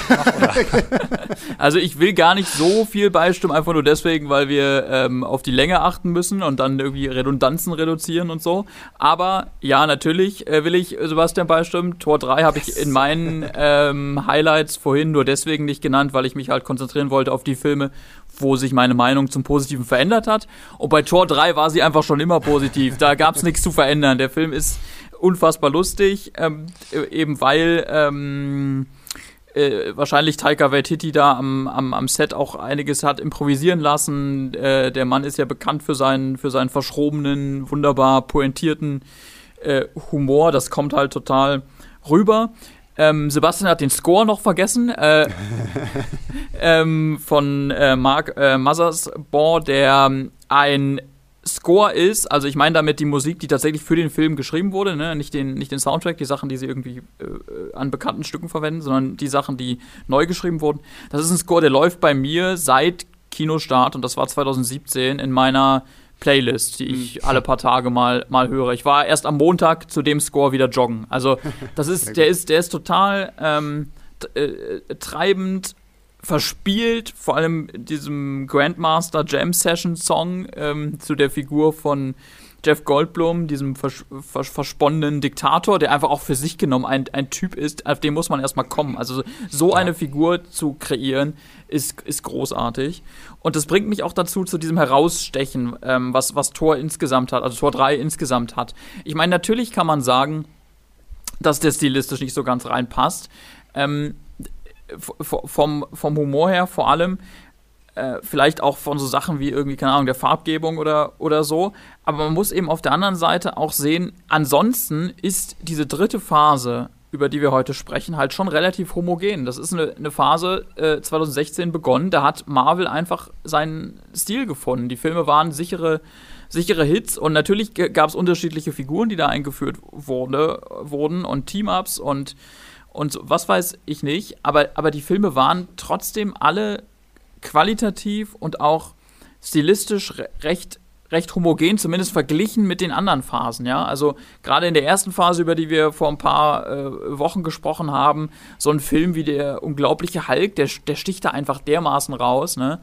Also ich will gar nicht so viel beistimmen, einfach nur deswegen, weil wir auf die Länge achten müssen und dann irgendwie Redundanzen reduzieren und so. Aber ja, natürlich will ich Sebastian beistimmen. Thor 3 habe ich in meinen Highlights vorhin nur deswegen nicht genannt, weil ich mich halt konzentrieren wollte auf die Filme, wo sich meine Meinung zum Positiven verändert hat. Und bei Thor 3 war sie einfach schon immer positiv. Da gab es nichts zu verändern. Der Film ist unfassbar lustig, eben weil wahrscheinlich Taika Waititi da am Set auch einiges hat improvisieren lassen. Der Mann ist ja bekannt für seinen verschrobenen, wunderbar pointierten Humor. Das kommt halt total rüber. Sebastian hat den Score noch vergessen von Mark Mothersbaugh, der ein Score ist, also ich meine damit die Musik, die tatsächlich für den Film geschrieben wurde, ne? Nicht den Soundtrack, die Sachen, die sie irgendwie an bekannten Stücken verwenden, sondern die Sachen, die neu geschrieben wurden. Das ist ein Score, der läuft bei mir seit Kinostart und das war 2017 in meiner Playlist, die ich alle paar Tage mal höre. Ich war erst am Montag zu dem Score wieder joggen. Also der ist total treibend, verspielt, vor allem diesem Grandmaster Jam Session Song zu der Figur von Jeff Goldblum, diesem versponnenen Diktator, der einfach auch für sich genommen ein Typ ist, auf den muss man erstmal kommen. Also so eine Figur zu kreieren, ist großartig. Und das bringt mich auch dazu, zu diesem Herausstechen, was Thor insgesamt hat, also Thor 3 insgesamt hat. Ich meine, natürlich kann man sagen, dass der stilistisch nicht so ganz reinpasst. Vom Humor her vor allem, vielleicht auch von so Sachen wie irgendwie, keine Ahnung, der Farbgebung oder so. Aber man muss eben auf der anderen Seite auch sehen, ansonsten ist diese dritte Phase, über die wir heute sprechen, halt schon relativ homogen. Das ist eine Phase 2016 begonnen, da hat Marvel einfach seinen Stil gefunden. Die Filme waren sichere Hits und natürlich gab es unterschiedliche Figuren, die da eingeführt wurden und Team-Ups und was weiß ich nicht. Aber die Filme waren trotzdem alle qualitativ und auch stilistisch recht homogen, zumindest verglichen mit den anderen Phasen, ja. Also gerade in der ersten Phase, über die wir vor ein paar Wochen gesprochen haben, so ein Film wie der unglaubliche Hulk, der sticht da einfach dermaßen raus, ne?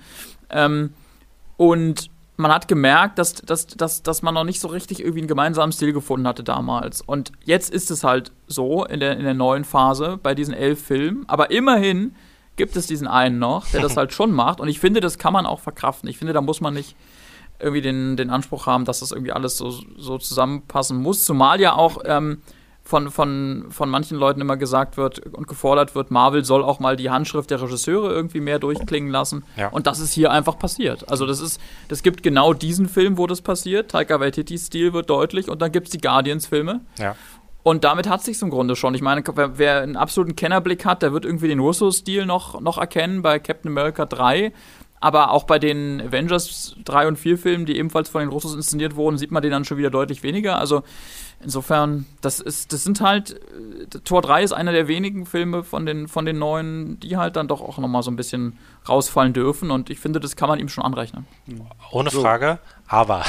Und man hat gemerkt, dass man noch nicht so richtig irgendwie einen gemeinsamen Stil gefunden hatte damals. Und jetzt ist es halt so in der neuen Phase bei diesen 11 Filmen, aber immerhin gibt es diesen einen noch, der das halt schon macht. Und ich finde, das kann man auch verkraften. Ich finde, da muss man nicht irgendwie den Anspruch haben, dass das irgendwie alles so zusammenpassen muss. Zumal ja auch von manchen Leuten immer gesagt wird und gefordert wird, Marvel soll auch mal die Handschrift der Regisseure irgendwie mehr durchklingen lassen. Ja. Und das ist hier einfach passiert. Also das gibt genau diesen Film, wo das passiert. Taika Waititis Stil wird deutlich und dann gibt es die Guardians-Filme. Ja. Und damit hat es sich im Grunde schon. Ich meine, wer einen absoluten Kennerblick hat, der wird irgendwie den Russo-Stil noch erkennen bei Captain America 3. Aber auch bei den Avengers 3 und 4 Filmen, die ebenfalls von den Russos inszeniert wurden, sieht man den dann schon wieder deutlich weniger. Also insofern, das sind halt, Tor 3 ist einer der wenigen Filme von den neuen, die halt dann doch auch nochmal so ein bisschen rausfallen dürfen. Und ich finde, das kann man ihm schon anrechnen. Ohne Frage, aber.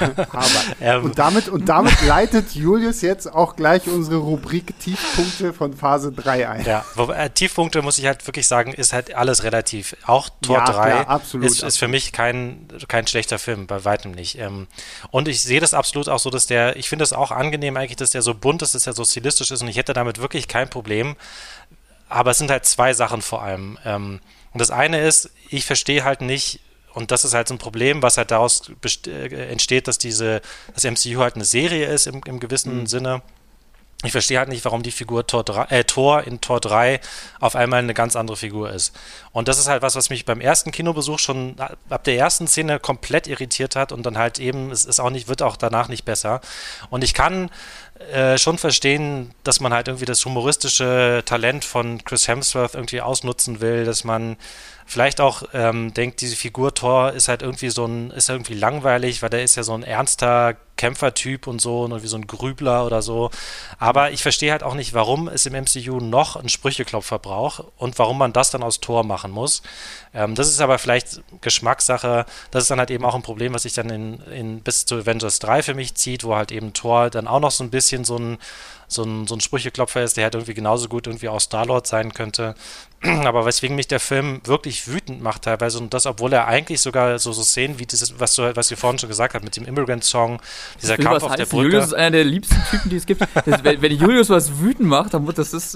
Und damit leitet Julius jetzt auch gleich unsere Rubrik Tiefpunkte von Phase 3 ein. Ja, Tiefpunkte, muss ich halt wirklich sagen, ist halt alles relativ. Auch Tor 3 ist für mich kein schlechter Film, bei weitem nicht. Und ich sehe das absolut auch so, ich finde es auch angenehm eigentlich, dass der so bunt ist, dass der so stilistisch ist und ich hätte damit wirklich kein Problem. Aber es sind halt zwei Sachen vor allem. Und das eine ist, ich verstehe halt nicht, und das ist halt so ein Problem, was halt daraus entsteht, dass das MCU halt eine Serie ist im gewissen Sinne. Ich verstehe halt nicht, warum die Figur Thor in Tor 3 auf einmal eine ganz andere Figur ist. Und das ist halt was mich beim ersten Kinobesuch schon ab der ersten Szene komplett irritiert hat und dann halt eben, wird auch danach nicht besser. Und ich kann schon verstehen, dass man halt irgendwie das humoristische Talent von Chris Hemsworth irgendwie ausnutzen will, dass man vielleicht auch denkt, diese Figur Thor ist halt irgendwie langweilig, weil der ist ja so ein ernster Kämpfertyp und so und irgendwie so ein Grübler oder so. Aber ich verstehe halt auch nicht, warum es im MCU noch einen Sprücheklopfer braucht und warum man das dann aus Thor machen muss. Das ist aber vielleicht Geschmackssache. Das ist dann halt eben auch ein Problem, was sich dann bis zu Avengers 3 für mich zieht, wo halt eben Thor dann auch noch so ein bisschen so ein Sprücheklopfer ist, der halt irgendwie genauso gut irgendwie auch Star-Lord sein könnte. Aber weswegen mich der Film wirklich wütend macht teilweise und das, obwohl er eigentlich sogar so Szenen wie dieses, was ihr vorhin schon gesagt habt mit dem Immigrant-Song, dieser Kampf auf der Brücke. Julius ist einer der liebsten Typen, die es gibt. Wenn Julius was wütend macht, dann das ist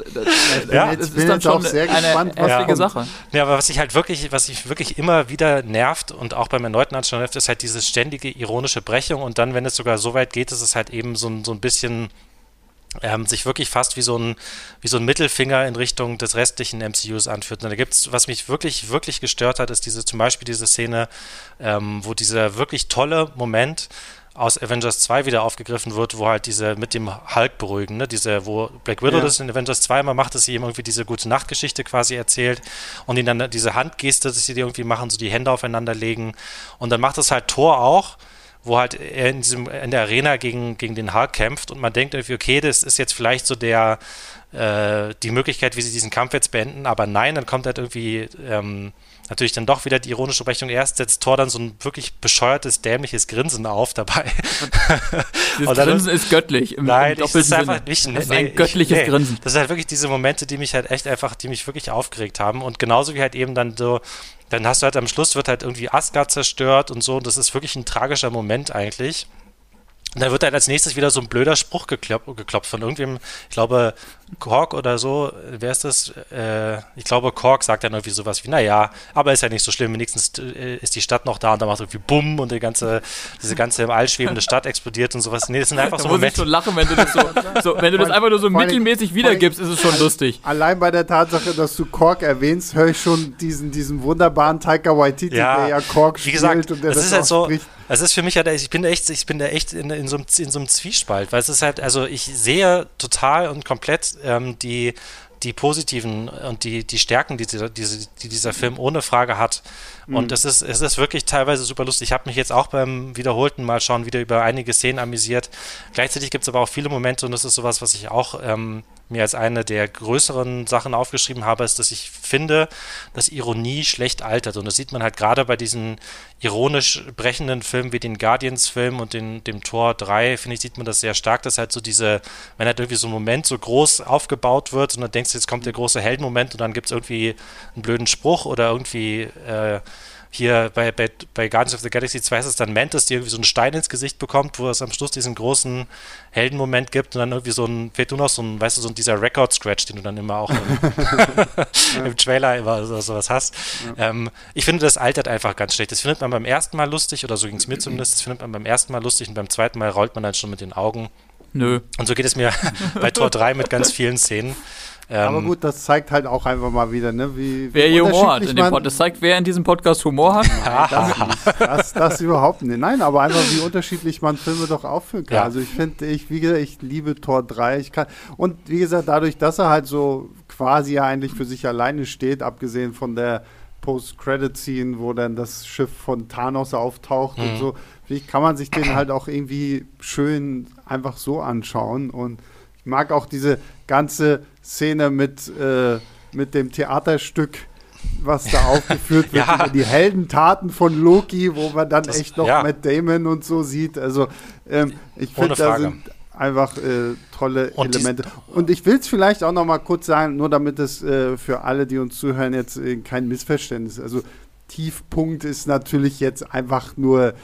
dann schon sehr gespannt, eine heftige Sache. Ja, aber was mich wirklich immer wieder nervt und auch beim erneuten Anschauen nervt, ist halt diese ständige ironische Brechung und dann, wenn es sogar so weit geht, ist es halt eben so ein bisschen sich wirklich fast wie so ein Mittelfinger in Richtung des restlichen MCUs anführt. Und da gibt's, was mich wirklich, wirklich gestört hat, ist zum Beispiel diese Szene, wo dieser wirklich tolle Moment aus Avengers 2 wieder aufgegriffen wird, wo halt diese mit dem Hulk beruhigen, ne? Wo Black Widow das in Avengers 2 immer macht, dass sie ihm irgendwie diese Gute-Nacht-Geschichte quasi erzählt und ihnen dann diese Handgeste, dass sie die irgendwie machen, so die Hände aufeinander legen und dann macht das halt Thor auch, wo halt er in der Arena gegen den Hulk kämpft und man denkt irgendwie, okay, das ist jetzt vielleicht so die Möglichkeit, wie sie diesen Kampf jetzt beenden, aber nein, dann kommt halt irgendwie natürlich dann doch wieder die ironische Brechung. Erst setzt Thor dann so ein wirklich bescheuertes, dämliches Grinsen auf dabei. Das Grinsen ist göttlich. Nein, das ist einfach nicht. Das ist ein göttliches Grinsen. Das sind halt wirklich diese Momente, die mich halt echt einfach, die mich wirklich aufgeregt haben. Und genauso wie halt eben dann so, dann hast du halt am Schluss wird halt irgendwie Asgard zerstört und so. Und das ist wirklich ein tragischer Moment eigentlich. Und dann wird halt als nächstes wieder so ein blöder Spruch geklopft von irgendwem, ich glaube, Korg oder so, wer ist das? Ich glaube, Korg sagt dann irgendwie sowas wie, naja, aber ist ja nicht so schlimm, wenigstens ist die Stadt noch da und dann macht irgendwie Bumm und diese ganze im All schwebende Stadt explodiert und sowas. Nee, das sind einfach so Momente. Da muss ich schon lachen, wenn du das wenn du das einfach nur so mittelmäßig wiedergibst, ist es schon lustig. Allein bei der Tatsache, dass du Korg erwähnst, höre ich schon diesen wunderbaren Taika Waititi, der ja Korg spielt, wie gesagt, und der das ist halt so, es ist für mich halt, ich bin da echt in so einem Zwiespalt, weil es ist halt, also ich sehe total und komplett die positiven und die Stärken, die dieser Film ohne Frage hat. Und es ist wirklich teilweise super lustig. Ich habe mich jetzt auch beim wiederholten Mal schauen wieder über einige Szenen amüsiert. Gleichzeitig gibt es aber auch viele Momente und das ist sowas, was ich auch mir als eine der größeren Sachen aufgeschrieben habe, ist, dass ich finde, dass Ironie schlecht altert. Und das sieht man halt gerade bei diesen ironisch brechenden Filmen wie den Guardians-Film und dem Tor 3, finde ich, sieht man das sehr stark, dass halt so wenn halt irgendwie so ein Moment so groß aufgebaut wird und dann denkst du, jetzt kommt der große Heldenmoment und dann gibt es irgendwie einen blöden Spruch oder irgendwie hier bei Guardians of the Galaxy 2 ist es dann Mantis, die irgendwie so einen Stein ins Gesicht bekommt, wo es am Schluss diesen großen Heldenmoment gibt und dann irgendwie fehlt nur noch weißt du, dieser Record-Scratch, den du dann immer auch im Trailer immer sowas hast. Ja. Ich finde, das altert einfach ganz schlecht. Das findet man beim ersten Mal lustig, oder so ging es mir zumindest, das findet man beim ersten Mal lustig und beim zweiten Mal rollt man dann schon mit den Augen. Nö. Und so geht es mir bei Tor 3 mit ganz vielen Szenen. Aber gut, das zeigt halt auch einfach mal wieder, ne, wer hier Humor hat in dem Podcast. Das zeigt, wer in diesem Podcast Humor hat. Nein, das überhaupt nicht. Nein, aber einfach, wie unterschiedlich man Filme doch aufführen kann. Ja. Also ich finde, wie gesagt, ich liebe Tor 3. Und wie gesagt, dadurch, dass er halt so quasi ja eigentlich für sich alleine steht, abgesehen von der Post-Credit-Scene, wo dann das Schiff von Thanos auftaucht und so, kann man sich den halt auch irgendwie schön einfach so anschauen. Und ich mag auch diese ganze Szene mit dem Theaterstück, was da aufgeführt wird, über die Heldentaten von Loki, wo man dann echt noch Matt Damon und so sieht. Also ich finde, da sind einfach tolle Elemente. Und ich will es vielleicht auch noch mal kurz sagen, nur damit es für alle, die uns zuhören, jetzt kein Missverständnis. Also Tiefpunkt ist natürlich jetzt einfach nur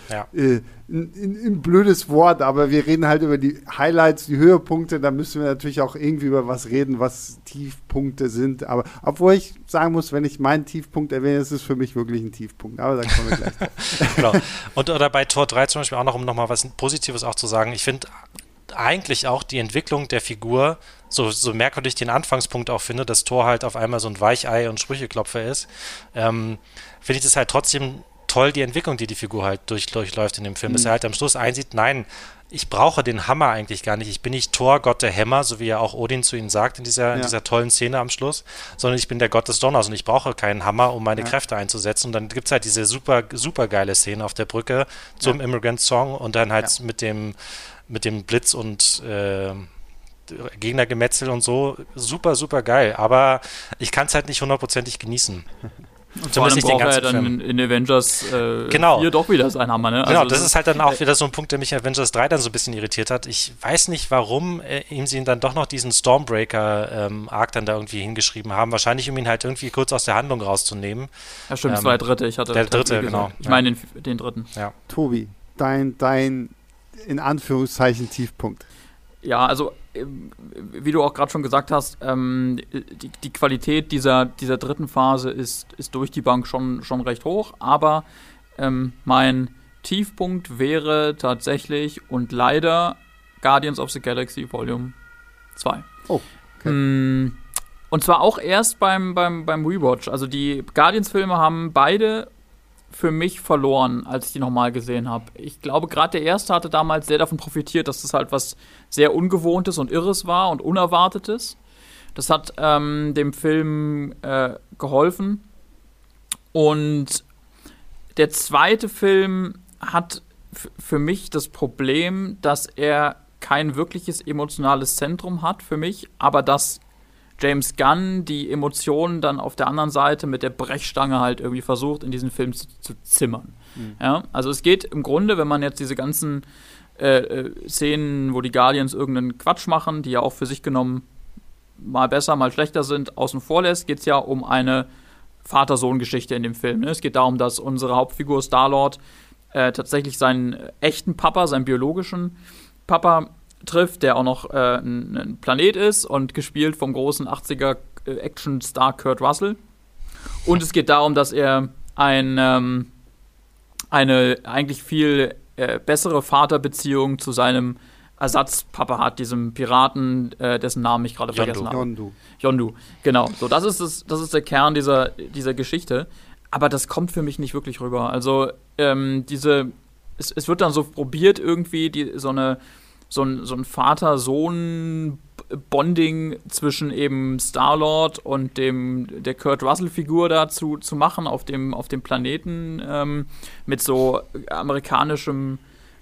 ein blödes Wort, aber wir reden halt über die Highlights, die Höhepunkte, da müssen wir natürlich auch irgendwie über was reden, was Tiefpunkte sind. Aber obwohl ich sagen muss, wenn ich meinen Tiefpunkt erwähne, ist es für mich wirklich ein Tiefpunkt. Aber da kommen wir gleich drauf. Genau. Oder bei Tor 3 zum Beispiel auch noch, um nochmal was Positives auch zu sagen, ich finde eigentlich auch die Entwicklung der Figur, so merkwürdig den Anfangspunkt auch finde, dass Thor halt auf einmal so ein Weichei und Sprücheklopfer ist, finde ich das halt trotzdem toll, die Entwicklung, die Figur halt durchläuft in dem Film, dass er halt am Schluss einsieht, nein, ich brauche den Hammer eigentlich gar nicht, ich bin nicht Thor, Gott der Hämmer, so wie ja auch Odin zu ihm sagt in dieser tollen Szene am Schluss, sondern ich bin der Gott des Donners und ich brauche keinen Hammer, um meine Kräfte einzusetzen. Und dann gibt es halt diese super, super geile Szene auf der Brücke zum Immigrant Song und dann halt mit dem Blitz und Gegnergemetzel und so, super, super geil. Aber ich kann es halt nicht hundertprozentig genießen. Und vor allem braucht er dann in Avengers 4 doch wieder sein Hammer, ne? Genau, das ist halt dann auch wieder so ein Punkt, der mich in Avengers 3 dann so ein bisschen irritiert hat. Ich weiß nicht, warum sie dann doch noch diesen Stormbreaker-Arc dann da irgendwie hingeschrieben haben. Wahrscheinlich, um ihn halt irgendwie kurz aus der Handlung rauszunehmen. Ja, stimmt, es war der dritte. Ich hatte der dritte, genau. Ich meine den dritten. Ja. Tobi, dein in Anführungszeichen Tiefpunkt. Ja, also wie du auch gerade schon gesagt hast, die Qualität dieser dritten Phase ist durch die Bank schon recht hoch, aber mein Tiefpunkt wäre tatsächlich und leider Guardians of the Galaxy Volume 2. Oh, okay. Und zwar auch erst beim Rewatch. Also die Guardians-Filme haben beide für mich verloren, als ich die nochmal gesehen habe. Ich glaube, gerade der erste hatte damals sehr davon profitiert, dass das halt was sehr Ungewohntes und Irres war und Unerwartetes. Das hat dem Film geholfen. Und der zweite Film hat für mich das Problem, dass er kein wirkliches emotionales Zentrum hat für mich, aber dass James Gunn die Emotionen dann auf der anderen Seite mit der Brechstange halt irgendwie versucht, in diesen Film zu zimmern. Mhm. Ja, also es geht im Grunde, wenn man jetzt diese ganzen Szenen, wo die Guardians irgendeinen Quatsch machen, die ja auch für sich genommen mal besser, mal schlechter sind, außen vor lässt, geht es ja um eine Vater-Sohn-Geschichte in dem Film. Ne? Es geht darum, dass unsere Hauptfigur Star-Lord tatsächlich seinen echten Papa, seinen biologischen Papa trifft, der auch noch ein Planet ist und gespielt vom großen 80er Action-Star Kurt Russell. Und es geht darum, dass er eine eigentlich viel bessere Vaterbeziehung zu seinem Ersatzpapa hat, diesem Piraten, dessen Namen ich gerade vergessen habe. Yondu, genau. So, das ist der Kern dieser Geschichte. Aber das kommt für mich nicht wirklich rüber. Also es wird dann so probiert irgendwie so ein Vater-Sohn-Bonding zwischen eben Star-Lord und der Kurt Russell-Figur dazu zu machen auf dem Planeten mit so amerikanischem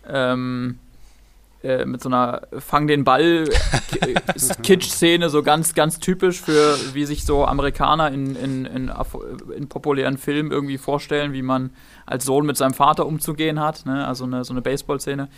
mit so einer Fang-den-Ball-Kitsch-Szene, so ganz, ganz typisch für, wie sich so Amerikaner in populären Filmen irgendwie vorstellen, wie man als Sohn mit seinem Vater umzugehen hat, ne? Also so eine Baseball-Szene.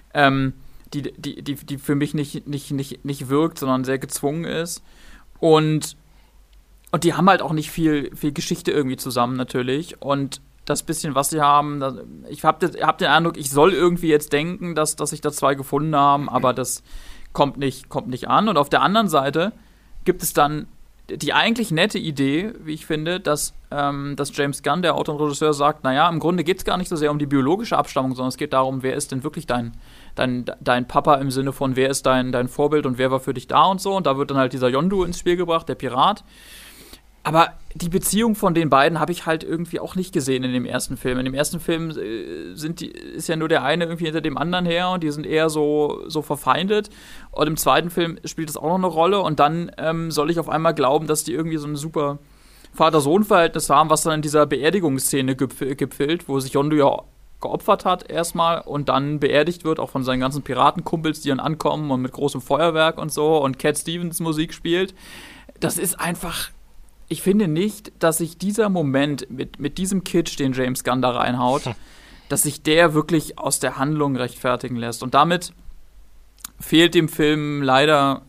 Die für mich nicht wirkt, sondern sehr gezwungen ist. Und die haben halt auch nicht viel Geschichte irgendwie zusammen natürlich. Und das bisschen, was sie haben, ich hab den Eindruck, ich soll irgendwie jetzt denken, dass sich da zwei gefunden haben, aber das kommt nicht an. Und auf der anderen Seite gibt es dann die eigentlich nette Idee, wie ich finde, dass James Gunn, der Autor und Regisseur, sagt, naja, im Grunde geht es gar nicht so sehr um die biologische Abstammung, sondern es geht darum, wer ist denn wirklich dein Papa im Sinne von, wer ist dein Vorbild und wer war für dich da und so. Und da wird dann halt dieser Yondu ins Spiel gebracht, der Pirat. Aber die Beziehung von den beiden habe ich halt irgendwie auch nicht gesehen in dem ersten Film. In dem ersten Film ist ja nur der eine irgendwie hinter dem anderen her und die sind eher so verfeindet. Und im zweiten Film spielt das auch noch eine Rolle und dann soll ich auf einmal glauben, dass die irgendwie so ein super Vater-Sohn-Verhältnis haben, was dann in dieser Beerdigungsszene gipfelt, wo sich Yondu ja geopfert hat erstmal und dann beerdigt wird, auch von seinen ganzen Piratenkumpels, die dann ankommen und mit großem Feuerwerk und so und Cat Stevens Musik spielt. Das ist einfach... Ich finde nicht, dass sich dieser Moment mit diesem Kitsch, den James Gunn da reinhaut, dass sich der wirklich aus der Handlung rechtfertigen lässt. Und damit fehlt dem Film leider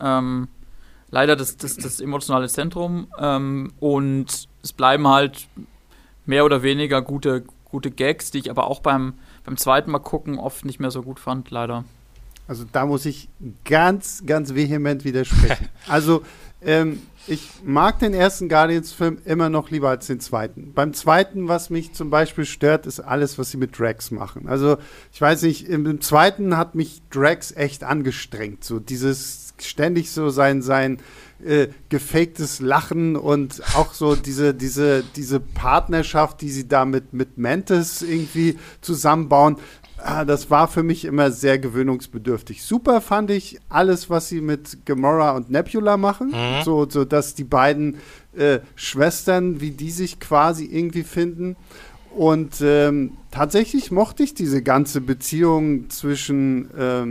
das emotionale Zentrum. Und es bleiben halt mehr oder weniger gute Gags, die ich aber auch beim zweiten Mal gucken oft nicht mehr so gut fand, leider. Also da muss ich ganz, ganz vehement widersprechen. Also ich mag den ersten Guardians-Film immer noch lieber als den zweiten. Beim zweiten, was mich zum Beispiel stört, ist alles, was sie mit Drax machen. Also ich weiß nicht, im zweiten hat mich Drax echt angestrengt. So dieses ständig so sein gefaktes Lachen und auch so diese Partnerschaft, die sie da mit Mantis irgendwie zusammenbauen. Das war für mich immer sehr gewöhnungsbedürftig. Super fand ich alles, was sie mit Gamora und Nebula machen. So dass die beiden Schwestern, wie die sich quasi irgendwie finden. Und tatsächlich mochte ich diese ganze Beziehung zwischen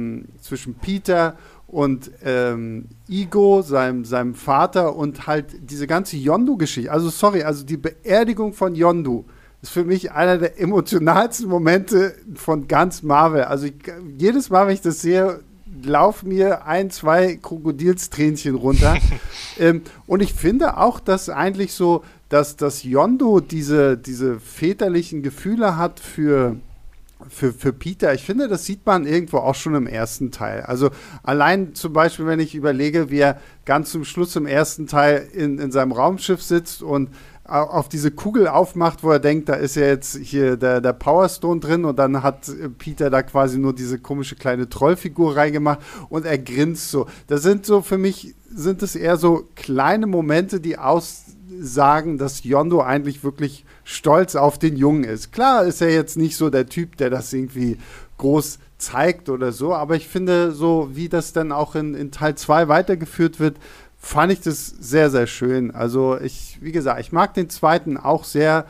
Peter und Ego, seinem Vater und halt diese ganze Yondu-Geschichte. Also die Beerdigung von Yondu ist für mich einer der emotionalsten Momente von ganz Marvel. Also jedes Mal, wenn ich das sehe, laufen mir 1-2 Krokodilstränchen runter. Und ich finde auch, dass eigentlich so, dass Yondu diese väterlichen Gefühle hat für Peter. Ich finde, das sieht man irgendwo auch schon im ersten Teil. Also allein zum Beispiel, wenn ich überlege, wie er ganz zum Schluss im ersten Teil in seinem Raumschiff sitzt und auf diese Kugel aufmacht, wo er denkt, da ist ja jetzt hier der Power Stone drin und dann hat Peter da quasi nur diese komische kleine Trollfigur reingemacht und er grinst so. Das sind so, für mich sind es eher so kleine Momente, die aussagen, dass Yondu eigentlich wirklich stolz auf den Jungen ist. Klar ist er jetzt nicht so der Typ, der das irgendwie groß zeigt oder so, aber ich finde, so wie das dann auch in Teil 2 weitergeführt wird, fand ich das sehr, sehr schön. Also wie gesagt, ich mag den zweiten auch sehr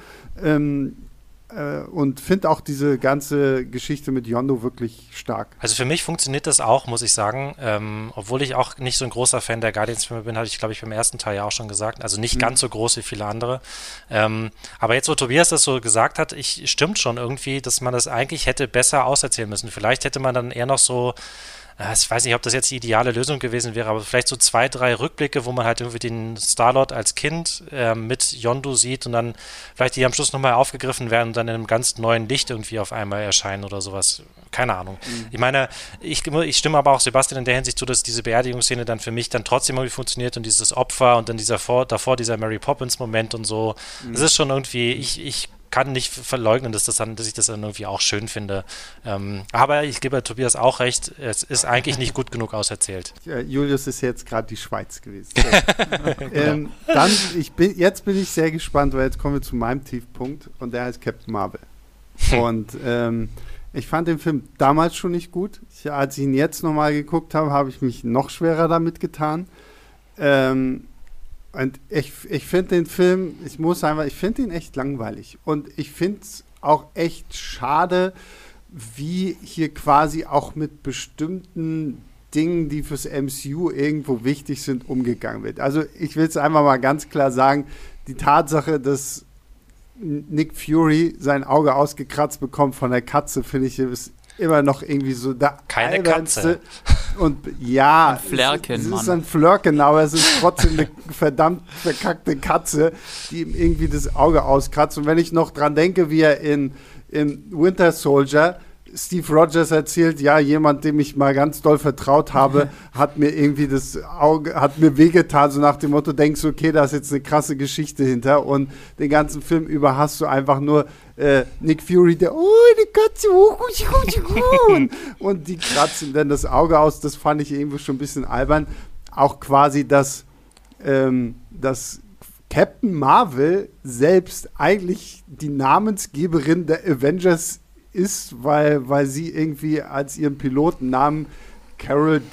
und finde auch diese ganze Geschichte mit Yondu wirklich stark. Also für mich funktioniert das auch, muss ich sagen. Obwohl ich auch nicht so ein großer Fan der Guardians-Filme bin, hatte ich, glaube ich, beim ersten Teil ja auch schon gesagt. Also nicht ganz so groß wie viele andere. Aber jetzt, wo Tobias das so gesagt hat, stimmt schon irgendwie, dass man das eigentlich hätte besser auserzählen müssen. Vielleicht hätte man dann eher noch so, ich weiß nicht, ob das jetzt die ideale Lösung gewesen wäre, aber vielleicht so 2, 3 Rückblicke, wo man halt irgendwie den Star-Lord als Kind mit Yondu sieht und dann vielleicht die am Schluss nochmal aufgegriffen werden und dann in einem ganz neuen Licht irgendwie auf einmal erscheinen oder sowas. Keine Ahnung. Ich meine, ich stimme aber auch Sebastian in der Hinsicht zu, dass diese Beerdigungsszene dann für mich dann trotzdem irgendwie funktioniert und dieses Opfer und dann davor dieser Mary Poppins-Moment und so. Es ist schon irgendwie, ich kann nicht verleugnen, dass ich das dann irgendwie auch schön finde. Aber ich gebe Tobias auch recht, es ist eigentlich nicht gut genug auserzählt. Ja, Julius ist jetzt gerade die Schweiz gewesen. Genau. Jetzt bin ich sehr gespannt, weil jetzt kommen wir zu meinem Tiefpunkt und der heißt Captain Marvel. Und ich fand den Film damals schon nicht gut. Als ich ihn jetzt nochmal geguckt habe, habe ich mich noch schwerer damit getan. Und ich finde den Film, ich finde ihn echt langweilig. Und ich finde es auch echt schade, wie hier quasi auch mit bestimmten Dingen, die fürs MCU irgendwo wichtig sind, umgegangen wird. Also ich will es einfach mal ganz klar sagen, die Tatsache, dass Nick Fury sein Auge ausgekratzt bekommt von der Katze, finde ich, ist immer noch irgendwie so der keine albernste. Katze. Und ja, ein Flerken, es Mann. ist ein Flirken, aber es ist trotzdem eine verdammt verkackte Katze, die ihm irgendwie das Auge auskratzt. Und wenn ich noch dran denke, wie er in Winter Soldier Steve Rogers erzählt, ja, jemand, dem ich mal ganz doll vertraut habe, hat mir irgendwie das Auge, hat mir wehgetan, so nach dem Motto, denkst du, okay, da ist jetzt eine krasse Geschichte hinter, und den ganzen Film über hast du einfach nur Nick Fury, der, oh, die Katze, und die kratzt ihm dann das Auge aus. Das fand ich irgendwie schon ein bisschen albern. Auch quasi, dass Captain Marvel selbst eigentlich die Namensgeberin der Avengers ist, weil sie irgendwie als ihren Pilotennamen Carol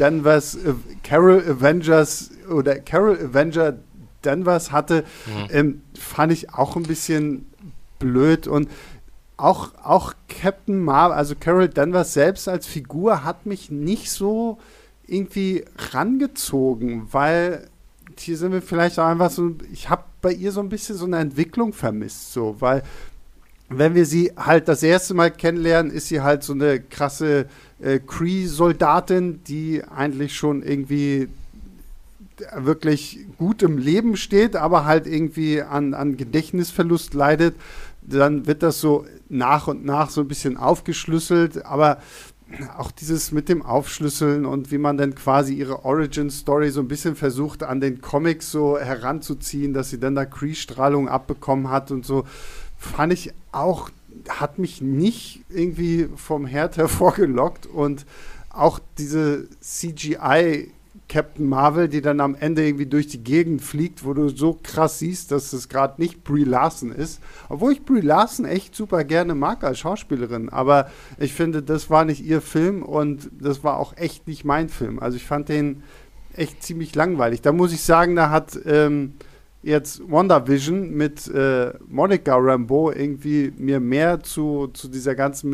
Avenger Danvers hatte, fand ich auch ein bisschen blöd. Und auch Captain Marvel, also Carol Danvers selbst als Figur, hat mich nicht so irgendwie rangezogen, weil hier sind wir vielleicht auch einfach so, ich habe bei ihr so ein bisschen so eine Entwicklung vermisst, so, weil wenn wir sie halt das erste Mal kennenlernen, ist sie halt so eine krasse Kree-Soldatin, die eigentlich schon irgendwie wirklich gut im Leben steht, aber halt irgendwie an Gedächtnisverlust leidet. Dann wird das so nach und nach so ein bisschen aufgeschlüsselt, aber auch dieses mit dem Aufschlüsseln und wie man dann quasi ihre Origin-Story so ein bisschen versucht, an den Comics so heranzuziehen, dass sie dann da Kree-Strahlung abbekommen hat und so, fand ich auch, hat mich nicht irgendwie vom Herd hervorgelockt. Und auch diese CGI Captain Marvel, die dann am Ende irgendwie durch die Gegend fliegt, wo du so krass siehst, dass es gerade nicht Brie Larson ist. Obwohl ich Brie Larson echt super gerne mag als Schauspielerin. Aber ich finde, das war nicht ihr Film und das war auch echt nicht mein Film. Also ich fand den echt ziemlich langweilig. Da muss ich sagen, da hat jetzt WandaVision mit Monica Rambeau irgendwie mir mehr zu dieser ganzen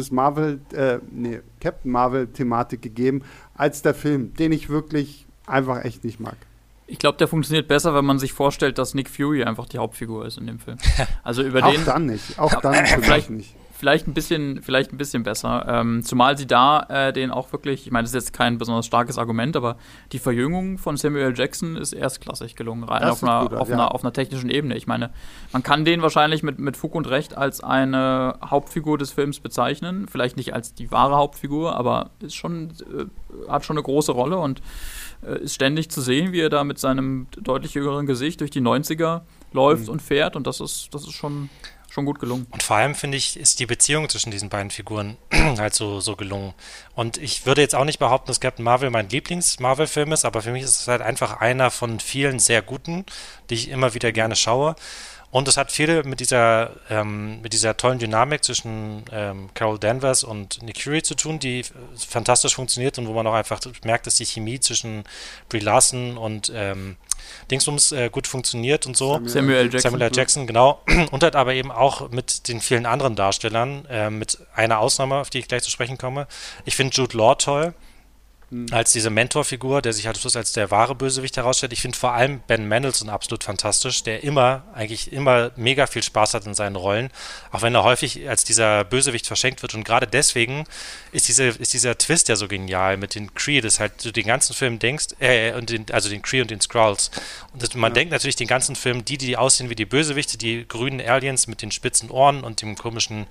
Captain Marvel-Thematik gegeben, als der Film, den ich wirklich einfach echt nicht mag. Ich glaube, der funktioniert besser, wenn man sich vorstellt, dass Nick Fury einfach die Hauptfigur ist in dem Film. Also über auch den. Dann nicht. Auch dann vielleicht nicht. Vielleicht ein bisschen besser. Zumal sie da den auch wirklich, ich meine, das ist jetzt kein besonders starkes Argument, aber die Verjüngung von Samuel Jackson ist erstklassig gelungen, rein auf einer technischen Ebene. Ich meine, man kann den wahrscheinlich mit Fug und Recht als eine Hauptfigur des Films bezeichnen. Vielleicht nicht als die wahre Hauptfigur, aber ist schon, hat schon eine große Rolle und ist ständig zu sehen, wie er da mit seinem deutlich jüngeren Gesicht durch die 90er läuft und fährt, und das ist schon gut gelungen. Und vor allem, finde ich, ist die Beziehung zwischen diesen beiden Figuren halt so gelungen. Und ich würde jetzt auch nicht behaupten, dass Captain Marvel mein Lieblings-Marvel-Film ist, aber für mich ist es halt einfach einer von vielen sehr guten, die ich immer wieder gerne schaue. Und es hat viel mit dieser tollen Dynamik zwischen Carol Danvers und Nick Fury zu tun, die fantastisch funktioniert und wo man auch einfach merkt, dass die Chemie zwischen Brie Larson und Dingsbums gut funktioniert und so. Samuel L. Jackson, genau. Und halt aber eben auch mit den vielen anderen Darstellern, mit einer Ausnahme, auf die ich gleich zu sprechen komme. Ich finde Jude Law toll, als diese Mentorfigur, der sich halt als der wahre Bösewicht herausstellt. Ich finde vor allem Ben Mendelsohn absolut fantastisch, der eigentlich immer mega viel Spaß hat in seinen Rollen, auch wenn er häufig als dieser Bösewicht verschenkt wird. Und gerade deswegen ist dieser Twist ja so genial mit den Kree, dass halt du den ganzen Film denkst, also den Kree und den Skrulls. Und man denkt natürlich den ganzen Film, die aussehen wie die Bösewichte, die grünen Aliens mit den spitzen Ohren und dem komischen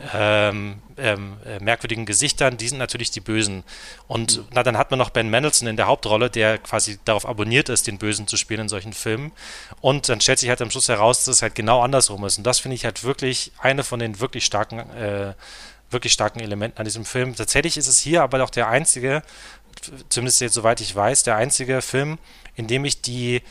merkwürdigen Gesichtern, die sind natürlich die Bösen. Und dann hat man noch Ben Mendelsohn in der Hauptrolle, der quasi darauf abonniert ist, den Bösen zu spielen in solchen Filmen. Und dann stellt sich halt am Schluss heraus, dass es halt genau andersrum ist. Und das finde ich halt wirklich eine von den wirklich starken Elementen an diesem Film. Tatsächlich ist es hier aber auch der einzige, zumindest jetzt soweit ich weiß, der einzige Film, in dem ich die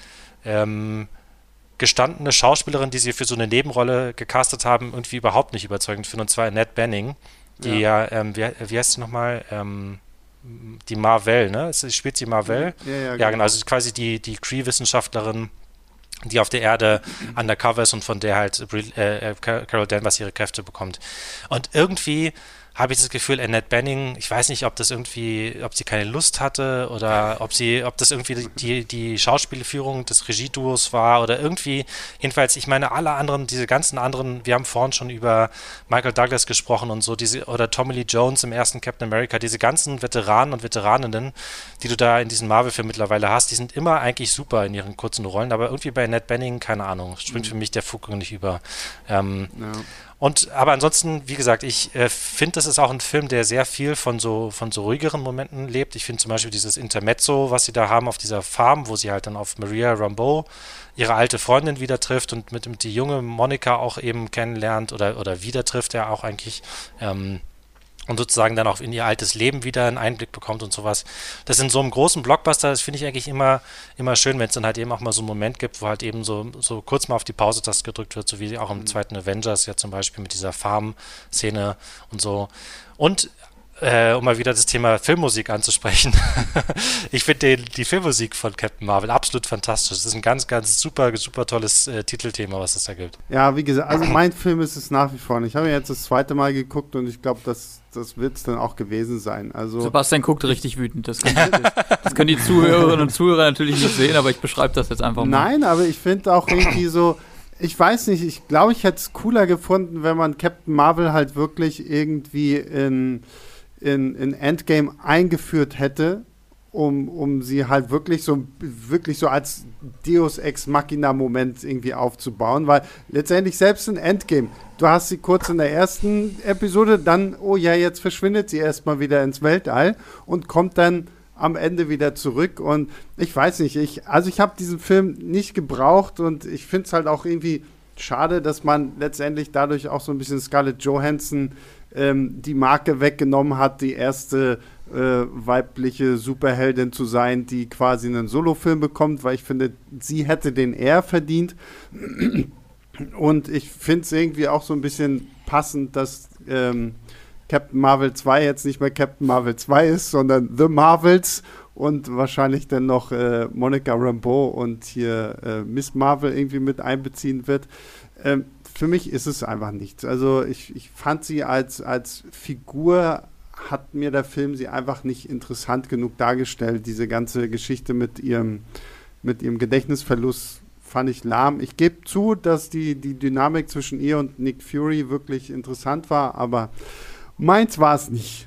gestandene Schauspielerin, die sie für so eine Nebenrolle gecastet haben, irgendwie überhaupt nicht überzeugend finde, und zwar Annette Bening, die wie heißt sie nochmal? Die Mar-Vell, ne? Spielt sie Mar-Vell? Ja, genau. Also quasi die Kree-Wissenschaftlerin, die auf der Erde undercover ist und von der halt Carol Danvers ihre Kräfte bekommt. Und irgendwie habe ich das Gefühl, Annette Bening, ich weiß nicht, ob sie keine Lust hatte oder ob das irgendwie die Schauspielführung des Regieduos war oder irgendwie, jedenfalls, ich meine, alle anderen, diese ganzen anderen, wir haben vorhin schon über Michael Douglas gesprochen und so, oder Tommy Lee Jones im ersten Captain America, diese ganzen Veteranen und Veteraninnen, die du da in diesen Marvel-Filmen mittlerweile hast, die sind immer eigentlich super in ihren kurzen Rollen, aber irgendwie bei Annette Bening, keine Ahnung, springt für mich der Funke nicht über. Aber ansonsten, wie gesagt, ich finde, das ist auch ein Film, der sehr viel von so ruhigeren Momenten lebt. Ich finde zum Beispiel dieses Intermezzo, was sie da haben auf dieser Farm, wo sie halt dann auf Maria Rambeau ihre alte Freundin wieder trifft und mit die junge Monica auch eben kennenlernt oder wieder trifft er auch eigentlich. Und sozusagen dann auch in ihr altes Leben wieder einen Einblick bekommt und sowas. Das in so einem großen Blockbuster, das finde ich eigentlich immer schön, wenn es dann halt eben auch mal so einen Moment gibt, wo halt eben so kurz mal auf die Pause-Taste gedrückt wird, so wie auch im zweiten Avengers ja zum Beispiel mit dieser Farm-Szene und so. Und um mal wieder das Thema Filmmusik anzusprechen. Ich finde die Filmmusik von Captain Marvel absolut fantastisch. Das ist ein ganz, ganz super, super tolles Titelthema, was es da gibt. Ja, wie gesagt, also mein Film ist es nach wie vor nicht. Ich habe jetzt das zweite Mal geguckt und ich glaube, das wird es dann auch gewesen sein. Also Sebastian guckt richtig wütend. Das können die Zuhörerinnen und Zuhörer natürlich nicht sehen, aber ich beschreibe das jetzt einfach mal. Nein, aber ich finde auch irgendwie so, ich weiß nicht, ich glaube, ich hätte es cooler gefunden, wenn man Captain Marvel halt wirklich irgendwie in Endgame eingeführt hätte, um sie halt wirklich so als Deus Ex Machina Moment irgendwie aufzubauen, weil letztendlich selbst in Endgame, du hast sie kurz in der ersten Episode, dann, oh ja, jetzt verschwindet sie erstmal wieder ins Weltall und kommt dann am Ende wieder zurück und ich weiß nicht, ich habe diesen Film nicht gebraucht und ich finde es halt auch irgendwie schade, dass man letztendlich dadurch auch so ein bisschen Scarlett Johansson die Marke weggenommen hat, die erste weibliche Superheldin zu sein, die quasi einen Solofilm bekommt, weil ich finde, sie hätte den eher verdient. Und ich finde es irgendwie auch so ein bisschen passend, dass Captain Marvel 2 jetzt nicht mehr Captain Marvel 2 ist, sondern The Marvels und wahrscheinlich dann noch Monica Rambeau und hier Miss Marvel irgendwie mit einbeziehen wird. Für mich ist es einfach nichts. Also ich fand sie als Figur, hat mir der Film sie einfach nicht interessant genug dargestellt. Diese ganze Geschichte mit ihrem Gedächtnisverlust fand ich lahm. Ich gebe zu, dass die Dynamik zwischen ihr und Nick Fury wirklich interessant war, aber meins war es nicht.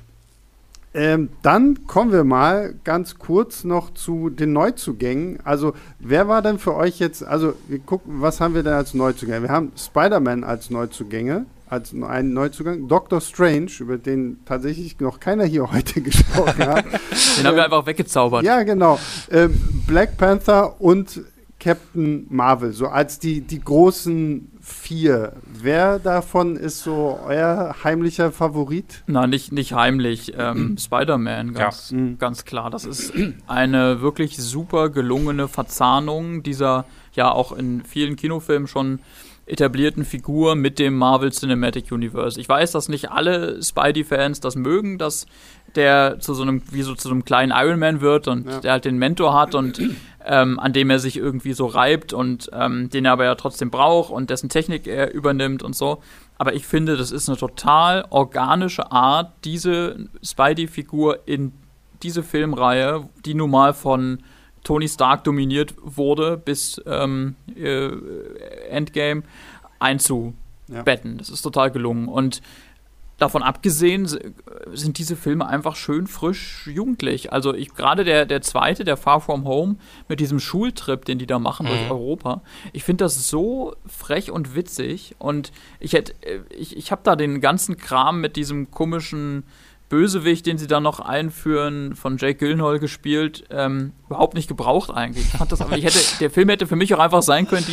Dann kommen wir mal ganz kurz noch zu den Neuzugängen. Also, wer war denn für euch jetzt, also wir gucken, was haben wir denn als Neuzugänge? Wir haben Spider-Man als Neuzugänge, als einen Neuzugang, Doctor Strange, über den tatsächlich noch keiner hier heute gesprochen hat. Den haben wir einfach weggezaubert. Ja, genau. Black Panther und Captain Marvel, so als die großen 4. Wer davon ist so euer heimlicher Favorit? Na, nicht heimlich. Spider-Man, ganz klar. Das ist eine wirklich super gelungene Verzahnung dieser ja auch in vielen Kinofilmen schon etablierten Figur mit dem Marvel Cinematic Universe. Ich weiß, dass nicht alle Spidey-Fans das mögen, dass der zu so einem kleinen Iron Man wird und der halt den Mentor hat und an dem er sich irgendwie so reibt und den er aber ja trotzdem braucht und dessen Technik er übernimmt und so. Aber ich finde, das ist eine total organische Art, diese Spidey-Figur in diese Filmreihe, die nun mal von Tony Stark dominiert wurde bis Endgame, einzubetten. Das ist total gelungen. Und davon abgesehen sind diese Filme einfach schön frisch jugendlich. Also gerade der zweite, der Far From Home, mit diesem Schultrip, den die da machen durch Europa, ich finde das so frech und witzig. Und ich habe da den ganzen Kram mit diesem komischen Bösewicht, den sie da noch einführen, von Jake Gyllenhaal gespielt, überhaupt nicht gebraucht eigentlich. Ich fand das, aber der Film hätte für mich auch einfach sein können,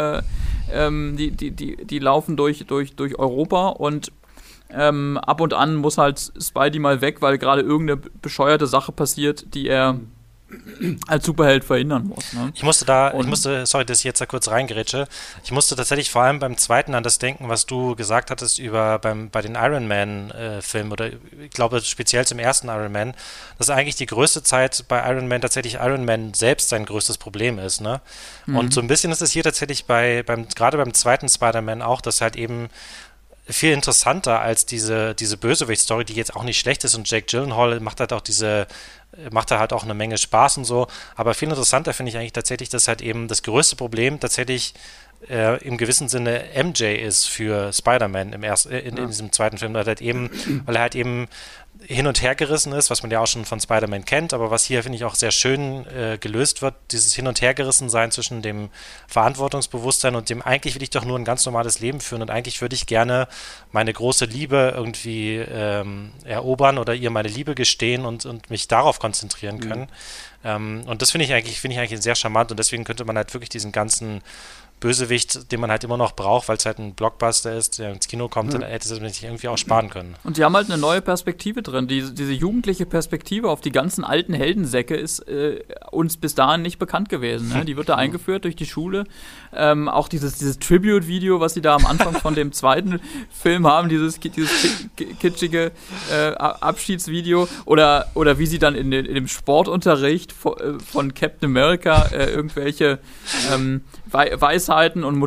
die laufen durch Europa und ab und an muss halt Spidey mal weg, weil gerade irgendeine bescheuerte Sache passiert, die er als Superheld verhindern muss. Ne? Sorry, dass ich jetzt da kurz reingerätsche, ich musste tatsächlich vor allem beim zweiten an das denken, was du gesagt hattest bei den Iron Man Filmen oder ich glaube speziell zum ersten Iron Man, dass eigentlich die größte Zeit bei Iron Man tatsächlich Iron Man selbst sein größtes Problem ist. Ne? Und so ein bisschen ist es hier tatsächlich gerade beim zweiten Spider-Man auch, dass halt eben viel interessanter als diese Bösewicht-Story, die jetzt auch nicht schlecht ist, und Jake Gyllenhaal macht halt auch eine Menge Spaß und so, aber viel interessanter finde ich eigentlich tatsächlich, dass halt eben das größte Problem tatsächlich im gewissen Sinne MJ ist für Spider-Man in diesem zweiten Film, weil er halt eben hin und her gerissen ist, was man ja auch schon von Spider-Man kennt, aber was hier, finde ich, auch sehr schön gelöst wird, dieses Hin- und Hergerissensein zwischen dem Verantwortungsbewusstsein und dem, eigentlich will ich doch nur ein ganz normales Leben führen und eigentlich würde ich gerne meine große Liebe irgendwie erobern oder ihr meine Liebe gestehen und mich darauf konzentrieren können. Und das finde ich eigentlich sehr charmant, und deswegen könnte man halt wirklich diesen ganzen Bösewicht, den man halt immer noch braucht, weil es halt ein Blockbuster ist, der ins Kino kommt, dann hätte es sich irgendwie auch sparen können. Und die haben halt eine neue Perspektive drin. Diese jugendliche Perspektive auf die ganzen alten Heldensäcke ist uns bis dahin nicht bekannt gewesen. Ne? Die wird da eingeführt durch die Schule. Auch dieses Tribute-Video, was sie da am Anfang von dem zweiten Film haben, dieses kitschige Abschiedsvideo, oder wie sie dann in dem Sportunterricht von Captain America irgendwelche Weisheiten und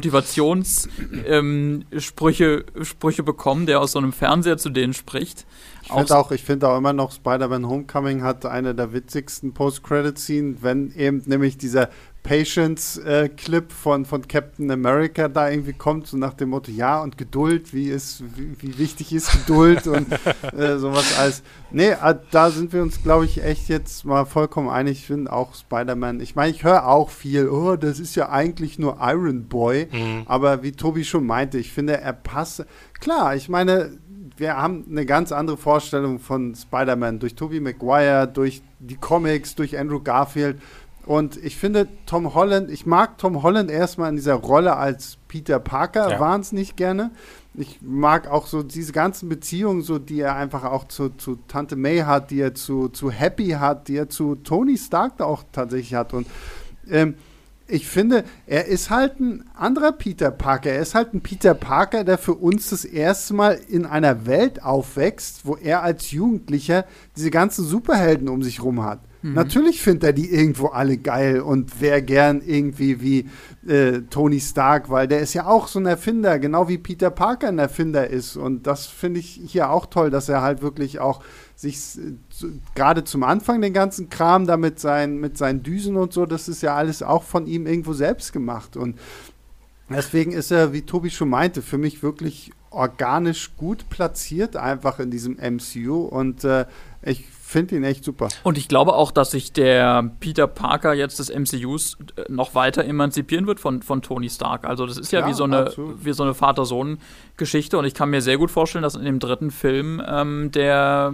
Motivationssprüche bekommen, der aus so einem Fernseher zu denen spricht. Ich finde auch immer noch, Spider-Man Homecoming hat eine der witzigsten Post-Credit-Scene, wenn eben nämlich dieser Patience-Clip von Captain America da irgendwie kommt, so nach dem Motto, ja, und Geduld, wie wichtig ist Geduld und sowas alles. Nee, da sind wir uns, glaube ich, echt jetzt mal vollkommen einig. Ich finde auch Spider-Man, ich meine, ich höre auch viel, das ist ja eigentlich nur Iron Boy, aber wie Tobi schon meinte, ich finde, er passt. Klar, ich meine, wir haben eine ganz andere Vorstellung von Spider-Man durch Tobey Maguire, durch die Comics, durch Andrew Garfield. Und ich finde, ich mag Tom Holland erstmal in dieser Rolle als Peter Parker wahnsinnig gerne. Ich mag auch so diese ganzen Beziehungen, so, die er einfach auch zu Tante May hat, die er zu Happy hat, die er zu Tony Stark auch tatsächlich hat. Und ich finde, er ist halt ein anderer Peter Parker. Er ist halt ein Peter Parker, der für uns das erste Mal in einer Welt aufwächst, wo er als Jugendlicher diese ganzen Superhelden um sich rum hat. Natürlich findet er die irgendwo alle geil und wäre gern irgendwie wie Tony Stark, weil der ist ja auch so ein Erfinder, genau wie Peter Parker ein Erfinder ist. Und das finde ich hier auch toll, dass er halt wirklich auch sich gerade zum Anfang den ganzen Kram da mit seinen Düsen und so, das ist ja alles auch von ihm irgendwo selbst gemacht. Und deswegen ist er, wie Tobi schon meinte, für mich wirklich organisch gut platziert einfach in diesem MCU, und ich finde ihn echt super. Und ich glaube auch, dass sich der Peter Parker jetzt des MCUs noch weiter emanzipieren wird von Tony Stark. Also das ist ja wie so eine Vater-Sohn-Geschichte, und ich kann mir sehr gut vorstellen, dass in dem dritten Film der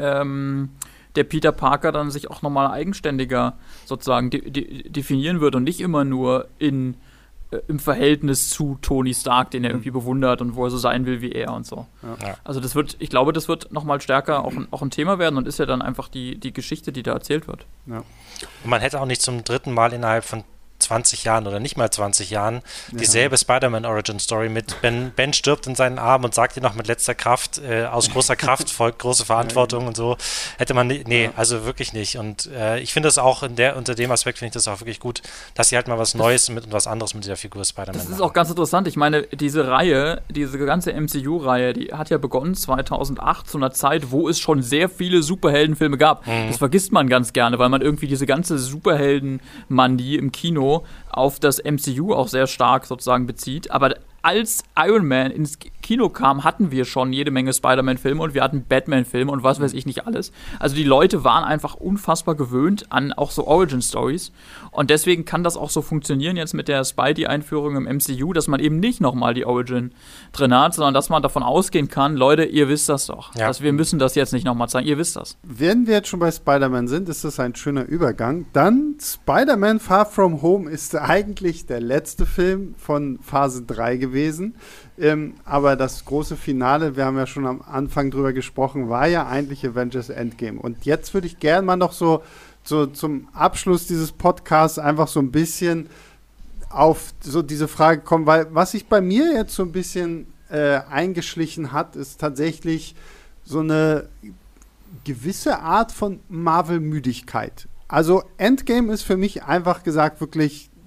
Peter Parker dann sich auch nochmal eigenständiger sozusagen definieren wird und nicht immer nur im Verhältnis zu Tony Stark, den er irgendwie bewundert und wo er so sein will wie er und so. Ja. Also ich glaube, das wird nochmal stärker auch ein Thema werden und ist ja dann einfach die Geschichte, die da erzählt wird. Ja. Und man hätte auch nicht zum dritten Mal innerhalb von 20 Jahren oder nicht mal 20 Jahren dieselbe Spider-Man-Origin-Story mit Ben stirbt in seinen Armen und sagt ihr noch mit letzter Kraft, aus großer Kraft folgt große Verantwortung und so. Hätte man also wirklich nicht. Und ich finde das auch unter dem Aspekt finde ich das auch wirklich gut, dass sie halt mal was Neues und was anderes mit dieser Figur Spider-Man machen. Das ist auch ganz interessant. Ich meine, diese ganze MCU-Reihe, die hat ja begonnen 2008 zu einer Zeit, wo es schon sehr viele Superheldenfilme gab. Das vergisst man ganz gerne, weil man irgendwie diese ganze Superhelden-Manie im Kino auf das MCU auch sehr stark sozusagen bezieht. Aber als Iron Man ins Kino kam, hatten wir schon jede Menge Spider-Man-Filme und wir hatten Batman-Filme und was weiß ich nicht alles. Also die Leute waren einfach unfassbar gewöhnt an auch so Origin-Stories. Und deswegen kann das auch so funktionieren jetzt mit der Spidey-Einführung im MCU, dass man eben nicht nochmal die Origin drin hat, sondern dass man davon ausgehen kann, Leute, ihr wisst das doch. Ja. Wir müssen das jetzt nicht nochmal zeigen, ihr wisst das. Wenn wir jetzt schon bei Spider-Man sind, ist das ein schöner Übergang. Dann Spider-Man Far From Home ist eigentlich der letzte Film von Phase 3 gewesen. Aber das große Finale, wir haben ja schon am Anfang drüber gesprochen, war ja eigentlich Avengers Endgame. Und jetzt würde ich gerne mal noch so zum Abschluss dieses Podcasts einfach so ein bisschen auf so diese Frage kommen, weil was sich bei mir jetzt so ein bisschen eingeschlichen hat, ist tatsächlich so eine gewisse Art von Marvel-Müdigkeit. Also Endgame ist für mich einfach gesagt wirklich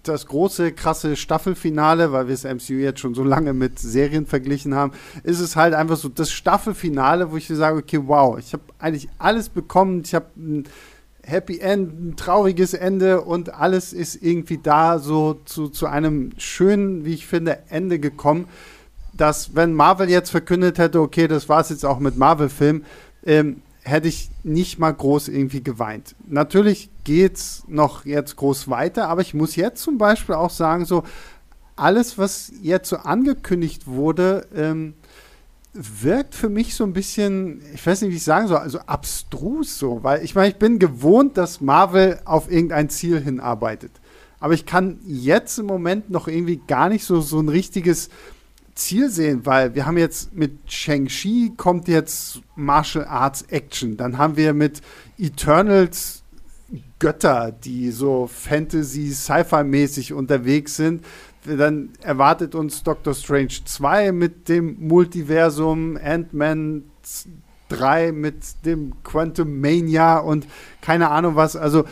das große, krasse Staffelfinale, weil wir das MCU jetzt schon so lange mit Serien verglichen haben, ist es halt einfach so das Staffelfinale, wo ich sage, okay, wow, ich habe eigentlich alles bekommen, ich habe ein Happy End, ein trauriges Ende und alles ist irgendwie da so zu einem schönen, wie ich finde, Ende gekommen, dass wenn Marvel jetzt verkündet hätte, okay, das war's jetzt auch mit Marvel-Filmen, hätte ich nicht mal groß irgendwie geweint. Natürlich geht's noch jetzt groß weiter, aber ich muss jetzt zum Beispiel auch sagen, so alles, was jetzt so angekündigt wurde, wirkt für mich so ein bisschen, ich weiß nicht, wie ich sagen soll, also abstrus so, weil ich meine, ich bin gewohnt, dass Marvel auf irgendein Ziel hinarbeitet. Aber ich kann jetzt im Moment noch irgendwie gar nicht so ein richtiges Ziel sehen, weil wir haben jetzt mit Shang-Chi kommt jetzt Martial Arts Action, dann haben wir mit Eternals Götter, die so Fantasy, Sci-Fi-mäßig unterwegs sind, dann erwartet uns Doctor Strange 2 mit dem Multiversum, Ant-Man 3 mit dem Quantum Mania und keine Ahnung was, also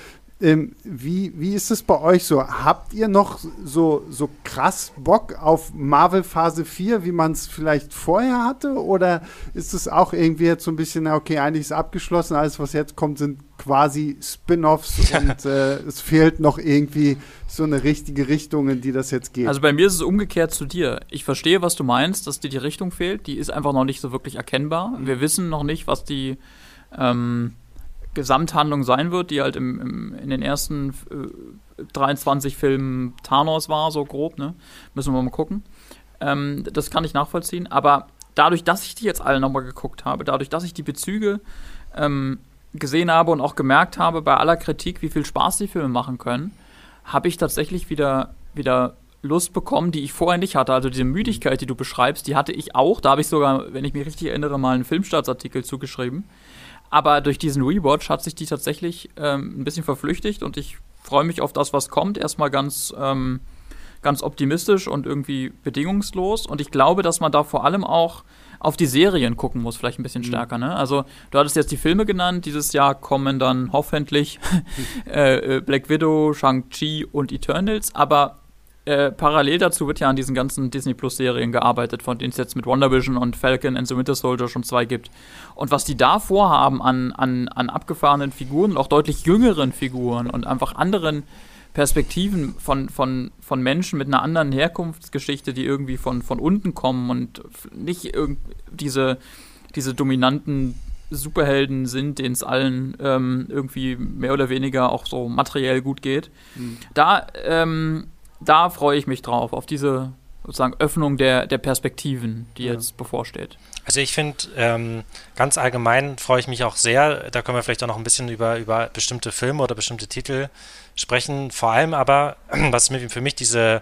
wie ist es bei euch so? Habt ihr noch so krass Bock auf Marvel Phase 4, wie man es vielleicht vorher hatte? Oder ist es auch irgendwie jetzt so ein bisschen, okay, eigentlich ist abgeschlossen, alles was jetzt kommt, sind quasi Spin-Offs und es fehlt noch irgendwie so eine richtige Richtung, in die das jetzt geht? Also bei mir ist es umgekehrt zu dir. Ich verstehe, was du meinst, dass dir die Richtung fehlt. Die ist einfach noch nicht so wirklich erkennbar. Wir wissen noch nicht, was die Gesamthandlung sein wird, die halt in den ersten 23 Filmen Thanos war, so grob, ne? Müssen wir mal gucken. Das kann ich nachvollziehen, aber dadurch, dass ich die jetzt alle nochmal geguckt habe, dadurch, dass ich die Bezüge gesehen habe und auch gemerkt habe, bei aller Kritik, wie viel Spaß die Filme machen können, habe ich tatsächlich wieder Lust bekommen, die ich vorher nicht hatte. Also diese Müdigkeit, die du beschreibst, die hatte ich auch. Da habe ich sogar, wenn ich mich richtig erinnere, mal einen Filmstartsartikel zugeschrieben. Aber durch diesen Rewatch hat sich die tatsächlich ein bisschen verflüchtigt und ich freue mich auf das, was kommt. Erstmal ganz optimistisch und irgendwie bedingungslos. Und ich glaube, dass man da vor allem auch auf die Serien gucken muss, vielleicht ein bisschen stärker. Ne? Also du hattest jetzt die Filme genannt. Dieses Jahr kommen dann hoffentlich Black Widow, Shang-Chi und Eternals. Aber parallel dazu wird ja an diesen ganzen Disney-Plus-Serien gearbeitet, von denen es jetzt mit WandaVision und Falcon and the Winter Soldier schon 2 gibt. Und was die da vorhaben an abgefahrenen Figuren und auch deutlich jüngeren Figuren und einfach anderen Perspektiven von Menschen mit einer anderen Herkunftsgeschichte, die irgendwie von unten kommen und nicht diese dominanten Superhelden sind, denen es allen irgendwie mehr oder weniger auch so materiell gut geht. Da freue ich mich drauf, auf diese sozusagen Öffnung der Perspektiven, die jetzt bevorsteht. Also ich finde, ganz allgemein freue ich mich auch sehr, da können wir vielleicht auch noch ein bisschen über bestimmte Filme oder bestimmte Titel sprechen, vor allem aber, was für mich diese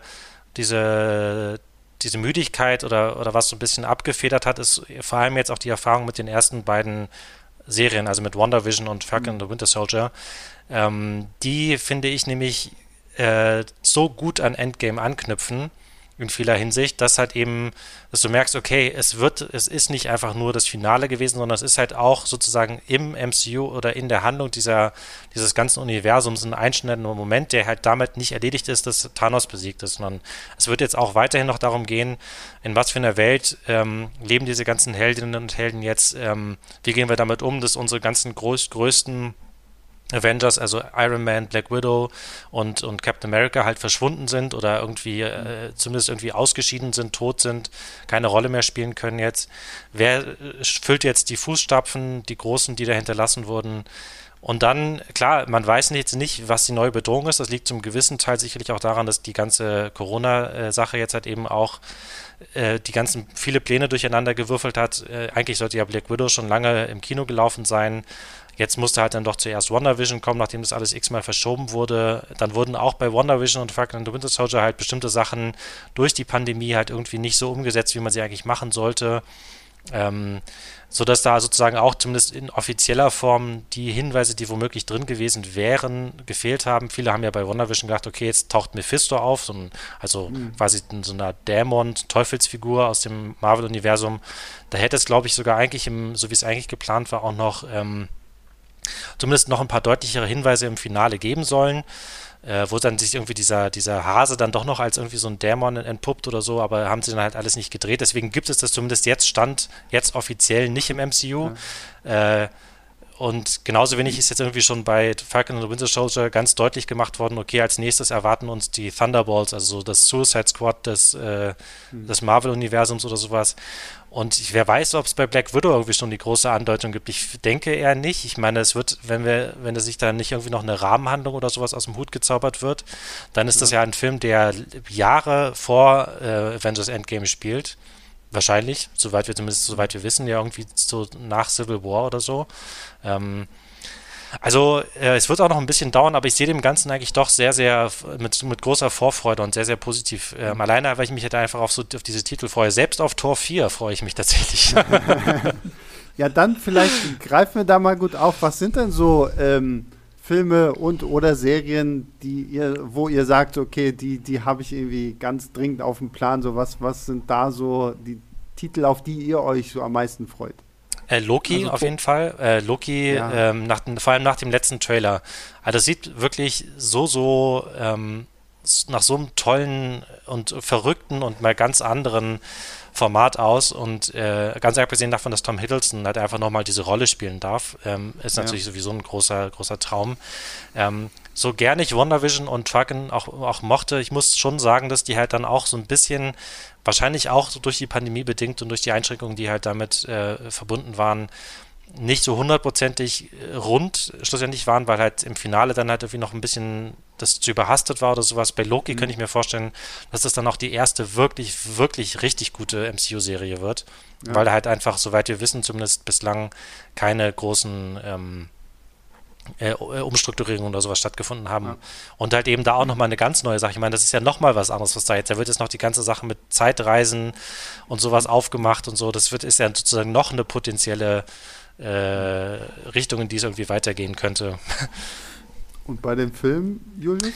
Müdigkeit oder was so ein bisschen abgefedert hat, ist vor allem jetzt auch die Erfahrung mit den ersten beiden Serien, also mit WandaVision und Falcon and the Winter Soldier. Die finde ich nämlich so gut an Endgame anknüpfen, in vieler Hinsicht, dass halt eben, dass du merkst, okay, es ist nicht einfach nur das Finale gewesen, sondern es ist halt auch sozusagen im MCU oder in der Handlung dieses ganzen Universums ein einschneidender Moment, der halt damit nicht erledigt ist, dass Thanos besiegt ist, sondern es wird jetzt auch weiterhin noch darum gehen, in was für einer Welt leben diese ganzen Heldinnen und Helden jetzt, wie gehen wir damit um, dass unsere ganzen größten Avengers, also Iron Man, Black Widow und Captain America halt verschwunden sind oder irgendwie zumindest irgendwie ausgeschieden sind, tot sind, keine Rolle mehr spielen können jetzt. Wer füllt jetzt die Fußstapfen, die großen, die da hinterlassen wurden? Und dann, klar, man weiß jetzt nicht, was die neue Bedrohung ist. Das liegt zum gewissen Teil sicherlich auch daran, dass die ganze Corona-Sache jetzt halt eben auch viele Pläne durcheinander gewürfelt hat. Eigentlich sollte ja Black Widow schon lange im Kino gelaufen sein. Jetzt musste halt dann doch zuerst WandaVision kommen, nachdem das alles x-mal verschoben wurde. Dann wurden auch bei WandaVision und Falcon and the Winter Soldier halt bestimmte Sachen durch die Pandemie halt irgendwie nicht so umgesetzt, wie man sie eigentlich machen sollte. Sodass da sozusagen auch zumindest in offizieller Form die Hinweise, die womöglich drin gewesen wären, gefehlt haben. Viele haben ja bei WandaVision gedacht, okay, jetzt taucht Mephisto auf, quasi so eine Dämon-Teufelsfigur aus dem Marvel-Universum. Da hätte es, glaube ich, sogar eigentlich, so wie es eigentlich geplant war, auch noch zumindest noch ein paar deutlichere Hinweise im Finale geben sollen. wo dann sich irgendwie dieser Hase dann doch noch als irgendwie so ein Dämon entpuppt oder so, aber haben sie dann halt alles nicht gedreht. Deswegen gibt es das zumindest jetzt offiziell nicht im MCU. Ja. Und genauso wenig ist jetzt irgendwie schon bei Falcon and the Winter Soldier ganz deutlich gemacht worden, okay, als nächstes erwarten uns die Thunderbolts, also so das Suicide Squad des Marvel-Universums oder sowas. Und wer weiß, ob es bei Black Widow irgendwie schon die große Andeutung gibt. Ich denke eher nicht. Ich meine, es wird, wenn sich da nicht irgendwie noch eine Rahmenhandlung oder sowas aus dem Hut gezaubert wird, dann ist das ja ein Film, der Jahre vor Avengers Endgame spielt. Wahrscheinlich, soweit wir wissen, ja irgendwie so nach Civil War oder so. Es wird auch noch ein bisschen dauern, aber ich sehe dem Ganzen eigentlich doch sehr, sehr mit großer Vorfreude und sehr, sehr positiv. Alleine, weil ich mich einfach auf diese Titel freue. Selbst auf Tor 4 freue ich mich tatsächlich. Ja, dann vielleicht greifen wir da mal gut auf. Was sind denn so Filme oder Serien, wo ihr sagt, okay, die habe ich irgendwie ganz dringend auf dem Plan. So was sind da so die Titel, auf die ihr euch so am meisten freut? Loki auf jeden Fall. Loki, ja. Vor allem nach dem letzten Trailer. Also das sieht wirklich so nach so einem tollen und verrückten und mal ganz anderen Format aus und ganz abgesehen davon, dass Tom Hiddleston halt einfach nochmal diese Rolle spielen darf, ist natürlich sowieso ein großer Traum. So gerne ich WandaVision und Falcon auch mochte, ich muss schon sagen, dass die halt dann auch so ein bisschen, wahrscheinlich auch so durch die Pandemie bedingt und durch die Einschränkungen, die halt damit verbunden waren, nicht so hundertprozentig rund schlussendlich waren, weil halt im Finale dann halt irgendwie noch ein bisschen das zu überhastet war oder sowas. Bei Loki könnte ich mir vorstellen, dass das dann auch die erste wirklich, wirklich richtig gute MCU-Serie wird, weil da halt einfach, soweit wir wissen, zumindest bislang keine großen Umstrukturierungen oder sowas stattgefunden haben. Ja. Und halt eben da auch nochmal eine ganz neue Sache. Ich meine, das ist ja nochmal was anderes, was da wird jetzt noch die ganze Sache mit Zeitreisen und sowas aufgemacht und so. Das ist ja sozusagen noch eine potenzielle Richtung, in die es irgendwie weitergehen könnte. Und bei dem Film, Julius?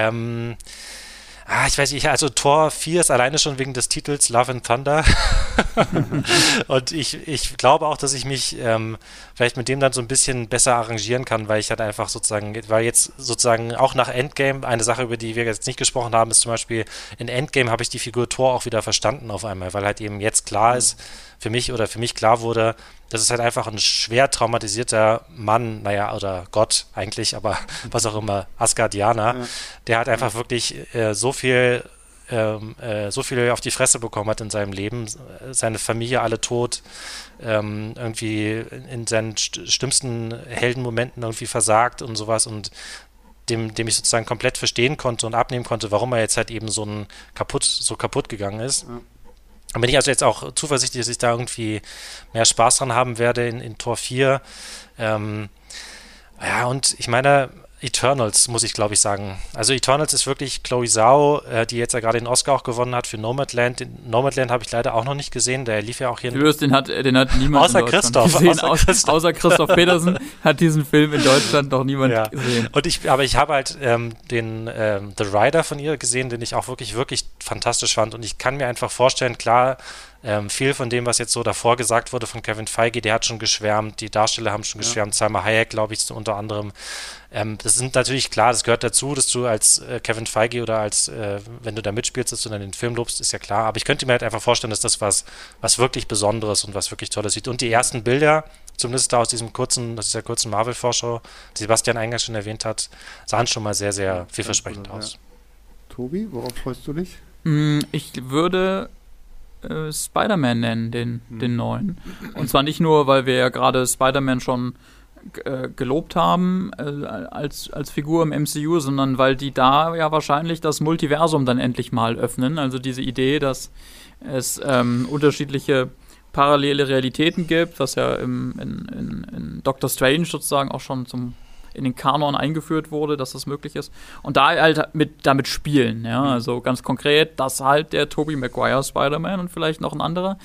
Ich weiß nicht, also Tor 4 ist alleine schon wegen des Titels Love and Thunder. Und ich glaube auch, dass ich mich vielleicht mit dem dann so ein bisschen besser arrangieren kann, weil ich halt einfach weil jetzt sozusagen auch nach Endgame, eine Sache, über die wir jetzt nicht gesprochen haben, ist zum Beispiel, in Endgame habe ich die Figur Thor auch wieder verstanden auf einmal, weil halt eben jetzt klar ist, für mich klar wurde, das ist halt einfach ein schwer traumatisierter Mann, oder Gott eigentlich, aber was auch immer, Asgardianer, der halt einfach wirklich so viel auf die Fresse bekommen hat in seinem Leben, seine Familie alle tot, irgendwie in seinen schlimmsten Heldenmomenten irgendwie versagt und sowas und dem ich sozusagen komplett verstehen konnte und abnehmen konnte, warum er jetzt halt eben so kaputt gegangen ist. Ja. Und bin ich also jetzt auch zuversichtlich, dass ich da irgendwie mehr Spaß dran haben werde in Tor 4. Und ich meine, Eternals, muss ich glaube ich sagen. Also Eternals ist wirklich Chloe Zhao, die jetzt ja gerade den Oscar auch gewonnen hat für Nomadland. Den Nomadland habe ich leider auch noch nicht gesehen, der lief ja auch hier den hat niemand außer in Christoph gesehen. Außer Christoph Petersen hat diesen Film in Deutschland noch niemand gesehen. Aber ich habe halt den The Rider von ihr gesehen, den ich auch wirklich, wirklich fantastisch fand und ich kann mir einfach vorstellen, klar, viel von dem, was jetzt so davor gesagt wurde von Kevin Feige, der hat schon geschwärmt, die Darsteller haben schon geschwärmt, Salma Hayek, glaube ich, unter anderem. Das sind natürlich klar, das gehört dazu, dass du als Kevin Feige oder als, wenn du da mitspielst, dass du dann den Film lobst, ist ja klar. Aber ich könnte mir halt einfach vorstellen, dass das was wirklich Besonderes und was wirklich Tolles sieht. Und die ersten Bilder, zumindest da aus dieser kurzen Marvel-Vorschau, die Sebastian eingangs schon erwähnt hat, sahen schon mal sehr, sehr vielversprechend aus. Tobi, worauf freust du dich? Ich würde Spider-Man nennen, den neuen. Und zwar nicht nur, weil wir ja gerade Spider-Man schon gelobt haben als Figur im MCU, sondern weil die da ja wahrscheinlich das Multiversum dann endlich mal öffnen. Also diese Idee, dass es unterschiedliche parallele Realitäten gibt, was ja in Doctor Strange sozusagen auch schon in den Kanon eingeführt wurde, dass das möglich ist. Und da halt damit spielen, ja, also ganz konkret, dass halt der Tobey Maguire Spider-Man und vielleicht noch ein anderer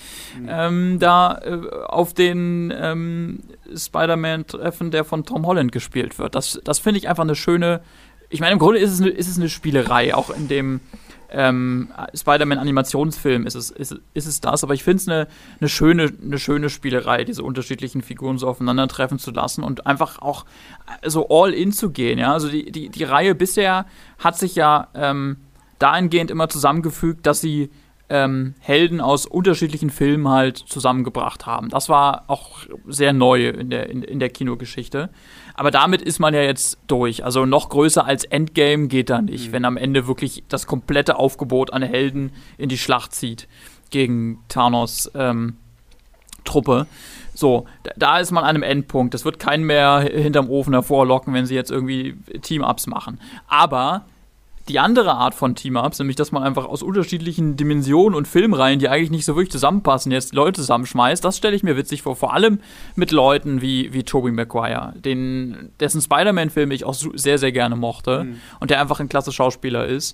auf den Spider-Man treffen, der von Tom Holland gespielt wird. Das finde ich einfach eine schöne, ich meine, im Grunde ist es eine Spielerei, auch in dem Spider-Man-Animationsfilm ist es das, aber ich finde es eine schöne Spielerei, diese unterschiedlichen Figuren so aufeinandertreffen zu lassen und einfach auch so all in zu gehen, ja, also die Reihe bisher hat sich ja dahingehend immer zusammengefügt, dass sie Helden aus unterschiedlichen Filmen halt zusammengebracht haben. Das war auch sehr neu in der Kinogeschichte. Aber damit ist man ja jetzt durch. Also noch größer als Endgame geht da nicht, wenn am Ende wirklich das komplette Aufgebot an Helden in die Schlacht zieht gegen Thanos Truppe. So, da ist man an einem Endpunkt. Das wird keinen mehr hinterm Ofen hervorlocken, wenn sie jetzt irgendwie Team-Ups machen. Aber die andere Art von Team-Ups, nämlich dass man einfach aus unterschiedlichen Dimensionen und Filmreihen, die eigentlich nicht so wirklich zusammenpassen, jetzt Leute zusammenschmeißt, das stelle ich mir witzig vor. Vor allem mit Leuten wie Tobey Maguire, dessen Spider-Man-Film ich auch sehr, sehr gerne mochte und der einfach ein klasse Schauspieler ist.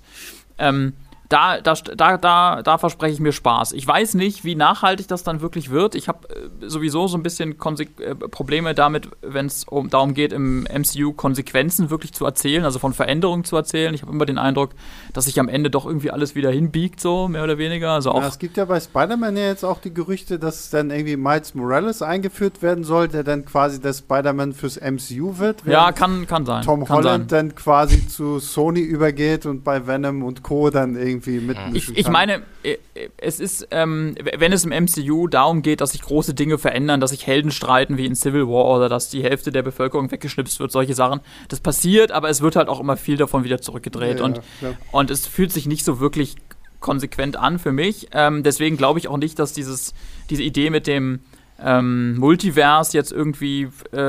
Da verspreche ich mir Spaß. Ich weiß nicht, wie nachhaltig das dann wirklich wird. Ich habe sowieso so ein bisschen Probleme damit, wenn es darum geht, im MCU Konsequenzen wirklich zu erzählen, also von Veränderungen zu erzählen. Ich habe immer den Eindruck, dass sich am Ende doch irgendwie alles wieder hinbiegt, so mehr oder weniger. Also auch es gibt ja bei Spider-Man ja jetzt auch die Gerüchte, dass dann irgendwie Miles Morales eingeführt werden soll, der dann quasi der Spider-Man fürs MCU wird. Ja, kann sein. Tom Holland dann quasi zu Sony übergeht und bei Venom und Co. dann irgendwie mitmischen ich meine, es ist, wenn es im MCU darum geht, dass sich große Dinge verändern, dass sich Helden streiten wie in Civil War oder dass die Hälfte der Bevölkerung weggeschnipst wird, solche Sachen, das passiert, aber es wird halt auch immer viel davon wieder zurückgedreht und es fühlt sich nicht so wirklich konsequent an für mich. Deswegen glaube ich auch nicht, dass diese Idee mit dem Multiverse jetzt irgendwie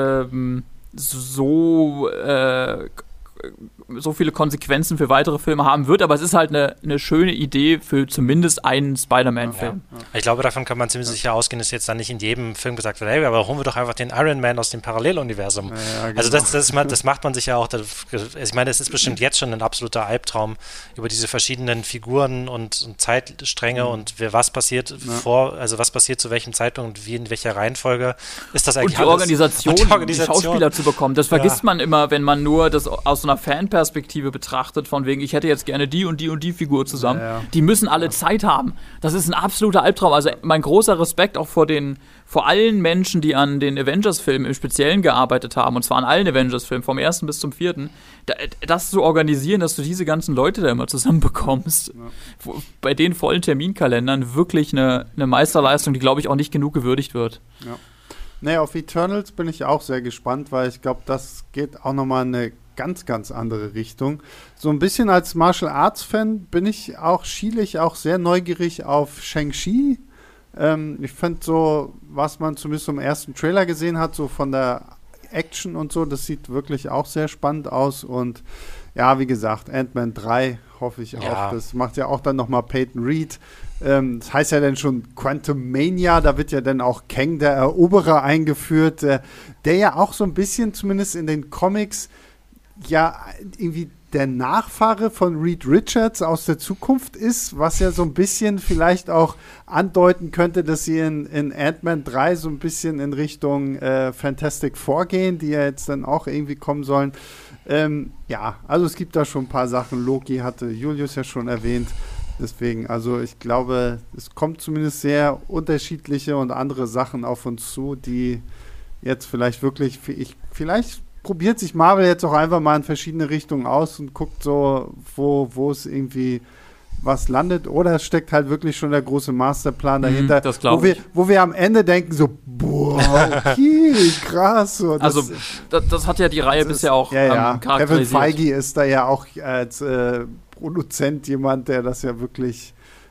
so viele Konsequenzen für weitere Filme haben wird, aber es ist halt eine schöne Idee für zumindest einen Spider-Man-Film. Ja. Ich glaube, davon kann man ziemlich sicher ausgehen, dass jetzt dann nicht in jedem Film gesagt wird, hey, aber holen wir doch einfach den Iron Man aus dem Paralleluniversum. Ja, genau. Also das macht man sich ja auch, ich meine, es ist bestimmt jetzt schon ein absoluter Albtraum über diese verschiedenen Figuren und Zeitstränge und was passiert was passiert zu welchem Zeitpunkt und wie in welcher Reihenfolge ist das eigentlich und die Organisation, die Schauspieler zu bekommen, das vergisst man immer, wenn man nur das aus so einer Fanperspektive betrachtet, von wegen, ich hätte jetzt gerne die und die Figur zusammen. Die müssen alle Zeit haben. Das ist ein absoluter Albtraum. Also mein großer Respekt auch vor allen Menschen, die an den Avengers-Filmen im Speziellen gearbeitet haben, und zwar an allen Avengers-Filmen, vom 1. bis zum 4., das zu organisieren, dass du diese ganzen Leute da immer zusammenbekommst, bei den vollen Terminkalendern wirklich eine Meisterleistung, die, glaube ich, auch nicht genug gewürdigt wird. Ja. Nee, auf Eternals bin ich auch sehr gespannt, weil ich glaube, das geht auch nochmal eine ganz, ganz andere Richtung. So ein bisschen als Martial Arts Fan schiele ich auch sehr neugierig auf Shang-Chi. Ich fand so, was man zumindest im ersten Trailer gesehen hat, so von der Action und so, das sieht wirklich auch sehr spannend aus und ja, wie gesagt, Ant-Man 3 hoffe ich auch. Das macht ja auch dann nochmal Peyton Reed. Das heißt ja dann schon Quantumania, da wird ja dann auch Kang, der Eroberer, eingeführt, der ja auch so ein bisschen, zumindest in den Comics, ja irgendwie der Nachfahre von Reed Richards aus der Zukunft ist, was ja so ein bisschen vielleicht auch andeuten könnte, dass sie in Ant-Man 3 so ein bisschen in Richtung Fantastic Four gehen, die ja jetzt dann auch irgendwie kommen sollen. Also es gibt da schon ein paar Sachen. Loki hatte Julius ja schon erwähnt. Deswegen, also ich glaube, es kommt zumindest sehr unterschiedliche und andere Sachen auf uns zu, die jetzt vielleicht wirklich, vielleicht probiert sich Marvel jetzt auch einfach mal in verschiedene Richtungen aus und guckt so, wo es irgendwie was landet, oder es steckt halt wirklich schon der große Masterplan dahinter, das wo wir am Ende denken so, boah, okay, krass. So, das hat ja die Reihe bisher auch charakterisiert. Kevin Feige ist da ja auch als Produzent jemand, der das ja wirklich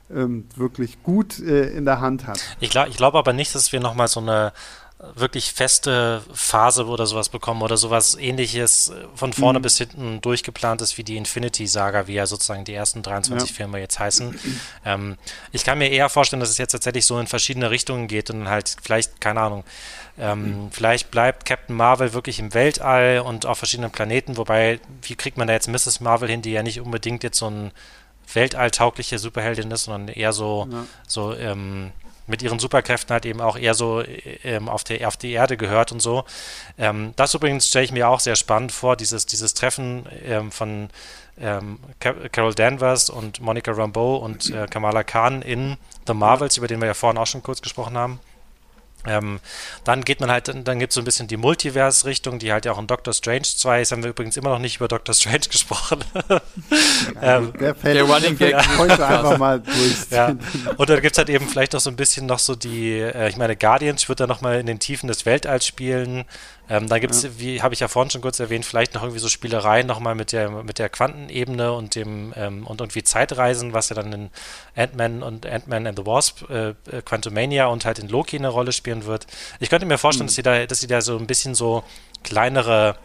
gut in der Hand hat. Ich glaube aber nicht, dass wir nochmal so eine wirklich feste Phase oder sowas bekommen oder sowas Ähnliches von vorne bis hinten durchgeplant ist wie die Infinity-Saga, wie ja sozusagen die ersten 23 Filme jetzt heißen. Ich kann mir eher vorstellen, dass es jetzt tatsächlich so in verschiedene Richtungen geht und halt vielleicht, keine Ahnung, vielleicht bleibt Captain Marvel wirklich im Weltall und auf verschiedenen Planeten, wobei, wie kriegt man da jetzt Mrs. Marvel hin, die ja nicht unbedingt jetzt so ein weltalltaugliche Superheldin ist, sondern eher mit ihren Superkräften halt eben auch eher so auf die Erde gehört und so. Das übrigens stelle ich mir auch sehr spannend vor, dieses Treffen von Carol Danvers und Monica Rambeau und Kamala Khan in The Marvels, über den wir ja vorhin auch schon kurz gesprochen haben. Dann gibt es so ein bisschen die Multiverse-Richtung, die halt ja auch in Doctor Strange 2 ist. Haben wir übrigens immer noch nicht über Doctor Strange gesprochen. Der Running Gag heute einfach mal durch. Ja. Und dann gibt es halt eben vielleicht noch so ein bisschen ich meine, Guardians wird da nochmal in den Tiefen des Weltalls spielen. Dann gibt es, wie habe ich ja vorhin schon kurz erwähnt, vielleicht noch irgendwie so Spielereien nochmal mit der Quantenebene und und irgendwie Zeitreisen, was ja dann in Ant-Man and the Wasp, Quantumania und halt in Loki eine Rolle spielen wird. Ich könnte mir vorstellen, dass sie da so ein bisschen so kleinere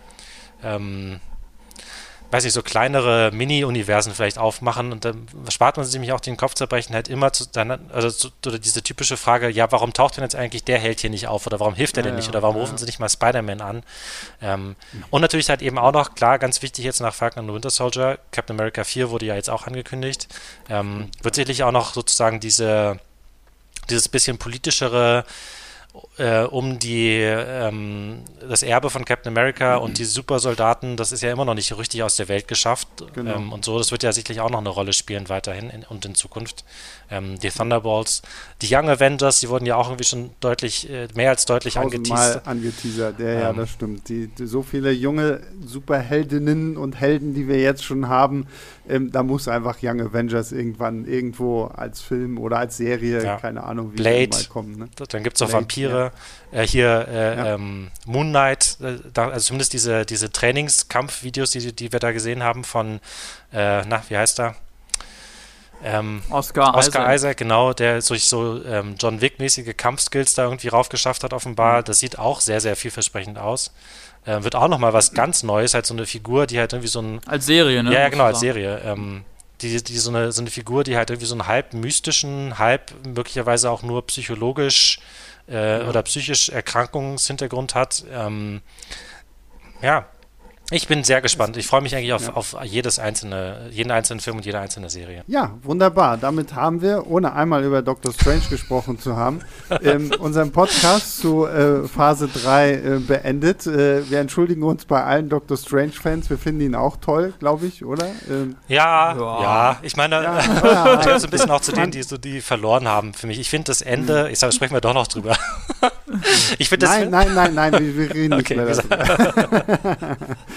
so kleinere Mini-Universen vielleicht aufmachen und dann spart man sich nämlich auch den Kopfzerbrechen halt immer oder diese typische Frage, ja, warum taucht denn jetzt eigentlich der Held hier nicht auf oder warum hilft er denn nicht oder warum rufen sie nicht mal Spider-Man an? Und natürlich halt eben auch noch, klar, ganz wichtig jetzt nach Falcon and Winter Soldier, Captain America 4 wurde ja jetzt auch angekündigt, wird sicherlich auch noch sozusagen dieses bisschen politischere um das Erbe von Captain America und die Supersoldaten, das ist ja immer noch nicht richtig aus der Welt geschafft. Genau. Und so, das wird ja sicherlich auch noch eine Rolle spielen weiterhin und in Zukunft. Die Thunderbolts, die Young Avengers, die wurden ja auch irgendwie schon mehr als deutlich angeteasert. Ja, das stimmt. So viele junge Superheldinnen und Helden, die wir jetzt schon haben, da muss einfach Young Avengers irgendwo als Film oder als Serie, keine Ahnung, wie Blade, mal kommen. Ne? Dann gibt es auch Vampire. Ja. Moon Knight, also zumindest diese Trainingskampfvideos, die wir da gesehen haben von, wie heißt er? Oscar Isaac, genau, der durch so John Wick-mäßige Kampfskills da irgendwie raufgeschafft hat offenbar. Das sieht auch sehr, sehr vielversprechend aus. Wird auch nochmal was ganz Neues, halt so eine Figur, die halt irgendwie so ein... Als Serie, ne? Ja, genau, als Serie. So eine Figur, die halt irgendwie so einen halb mystischen, halb möglicherweise auch nur psychologisch oder psychisch Erkrankungshintergrund hat. Ich bin sehr gespannt. Ich freue mich eigentlich auf jeden einzelnen Film und jede einzelne Serie. Ja, wunderbar. Damit haben wir, ohne einmal über Doctor Strange gesprochen zu haben, unseren Podcast zu Phase 3 beendet. Wir entschuldigen uns bei allen Doctor Strange-Fans. Wir finden ihn auch toll, glaube ich, oder? Ja. Ich meine, ich gehöre so ein bisschen auch zu denen, die verloren haben für mich. Ich finde das Ende, sprechen wir doch noch drüber. Nein, wir reden nicht mehr darüber.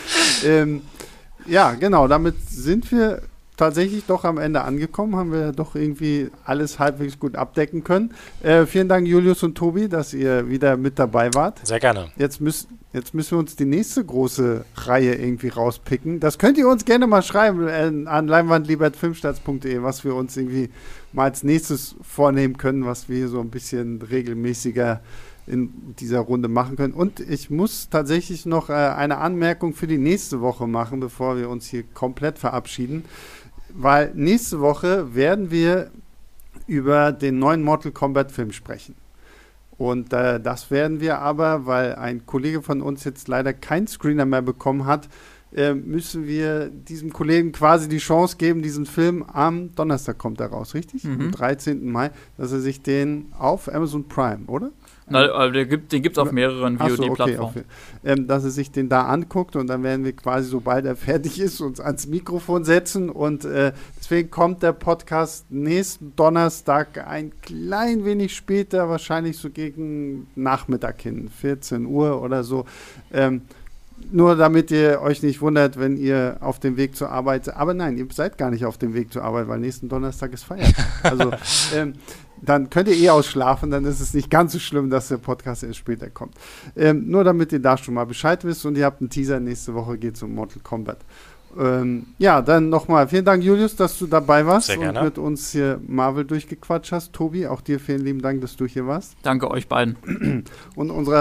Ja, genau, damit sind wir tatsächlich doch am Ende angekommen, haben wir doch irgendwie alles halbwegs gut abdecken können. Vielen Dank, Julius und Tobi, dass ihr wieder mit dabei wart. Sehr gerne. Jetzt müssen wir uns die nächste große Reihe irgendwie rauspicken. Das könnt ihr uns gerne mal schreiben an leinwandliebertfilmstarts.de, was wir uns irgendwie mal als nächstes vornehmen können, was wir so ein bisschen regelmäßiger in dieser Runde machen können. Und ich muss tatsächlich noch eine Anmerkung für die nächste Woche machen, bevor wir uns hier komplett verabschieden. Weil nächste Woche werden wir über den neuen Mortal Kombat Film sprechen. Und das werden wir aber, weil ein Kollege von uns jetzt leider keinen Screener mehr bekommen hat, müssen wir diesem Kollegen quasi die Chance geben, diesen Film am Donnerstag kommt er raus, richtig? Am 13. Mai, dass er sich den auf Amazon Prime, oder? Den gibt es auf mehreren VOD-Plattformen. Okay. Dass er sich den da anguckt und dann werden wir quasi, sobald er fertig ist, uns ans Mikrofon setzen und deswegen kommt der Podcast nächsten Donnerstag ein klein wenig später, wahrscheinlich so gegen Nachmittag hin, 14 Uhr oder so. Nur damit ihr euch nicht wundert, wenn ihr auf dem Weg zur Arbeit, aber nein, ihr seid gar nicht auf dem Weg zur Arbeit, weil nächsten Donnerstag ist Feiertag. Also dann könnt ihr ausschlafen, dann ist es nicht ganz so schlimm, dass der Podcast erst später kommt. Nur damit ihr da schon mal Bescheid wisst und ihr habt einen Teaser, nächste Woche geht es um Mortal Kombat. Dann nochmal vielen Dank, Julius, dass du dabei warst und mit uns hier Marvel durchgequatscht hast. Tobi, auch dir vielen lieben Dank, dass du hier warst. Danke euch beiden. Und unserer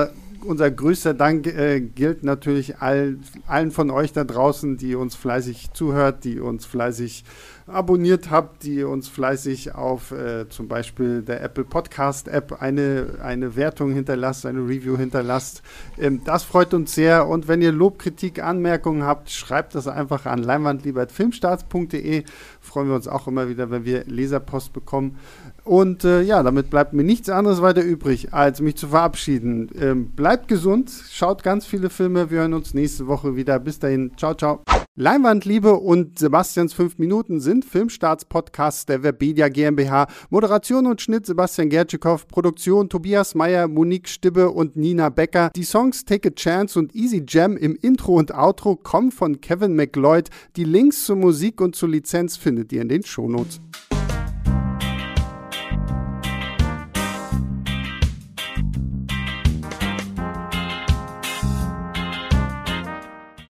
unser größter Dank gilt natürlich allen von euch da draußen, die uns fleißig zuhört, die uns fleißig abonniert habt, die uns fleißig auf zum Beispiel der Apple Podcast App eine Wertung hinterlasst, eine Review hinterlasst. Das freut uns sehr, und wenn ihr Lob, Kritik, Anmerkungen habt, schreibt das einfach an leinwandliebe@filmstarts.de. Freuen wir uns auch immer wieder, wenn wir Leserpost bekommen. Und damit bleibt mir nichts anderes weiter übrig, als mich zu verabschieden. Bleibt gesund, schaut ganz viele Filme, wir hören uns nächste Woche wieder. Bis dahin, ciao, ciao. Leinwandliebe und Sebastians 5 Minuten sind Filmstarts-Podcasts der Webedia GmbH. Moderation und Schnitt Sebastian Gertschikow, Produktion Tobias Meyer, Monique Stibbe und Nina Becker. Die Songs Take a Chance und Easy Jam im Intro und Outro kommen von Kevin MacLeod. Die Links zur Musik und zur Lizenz findet ihr in den Shownotes.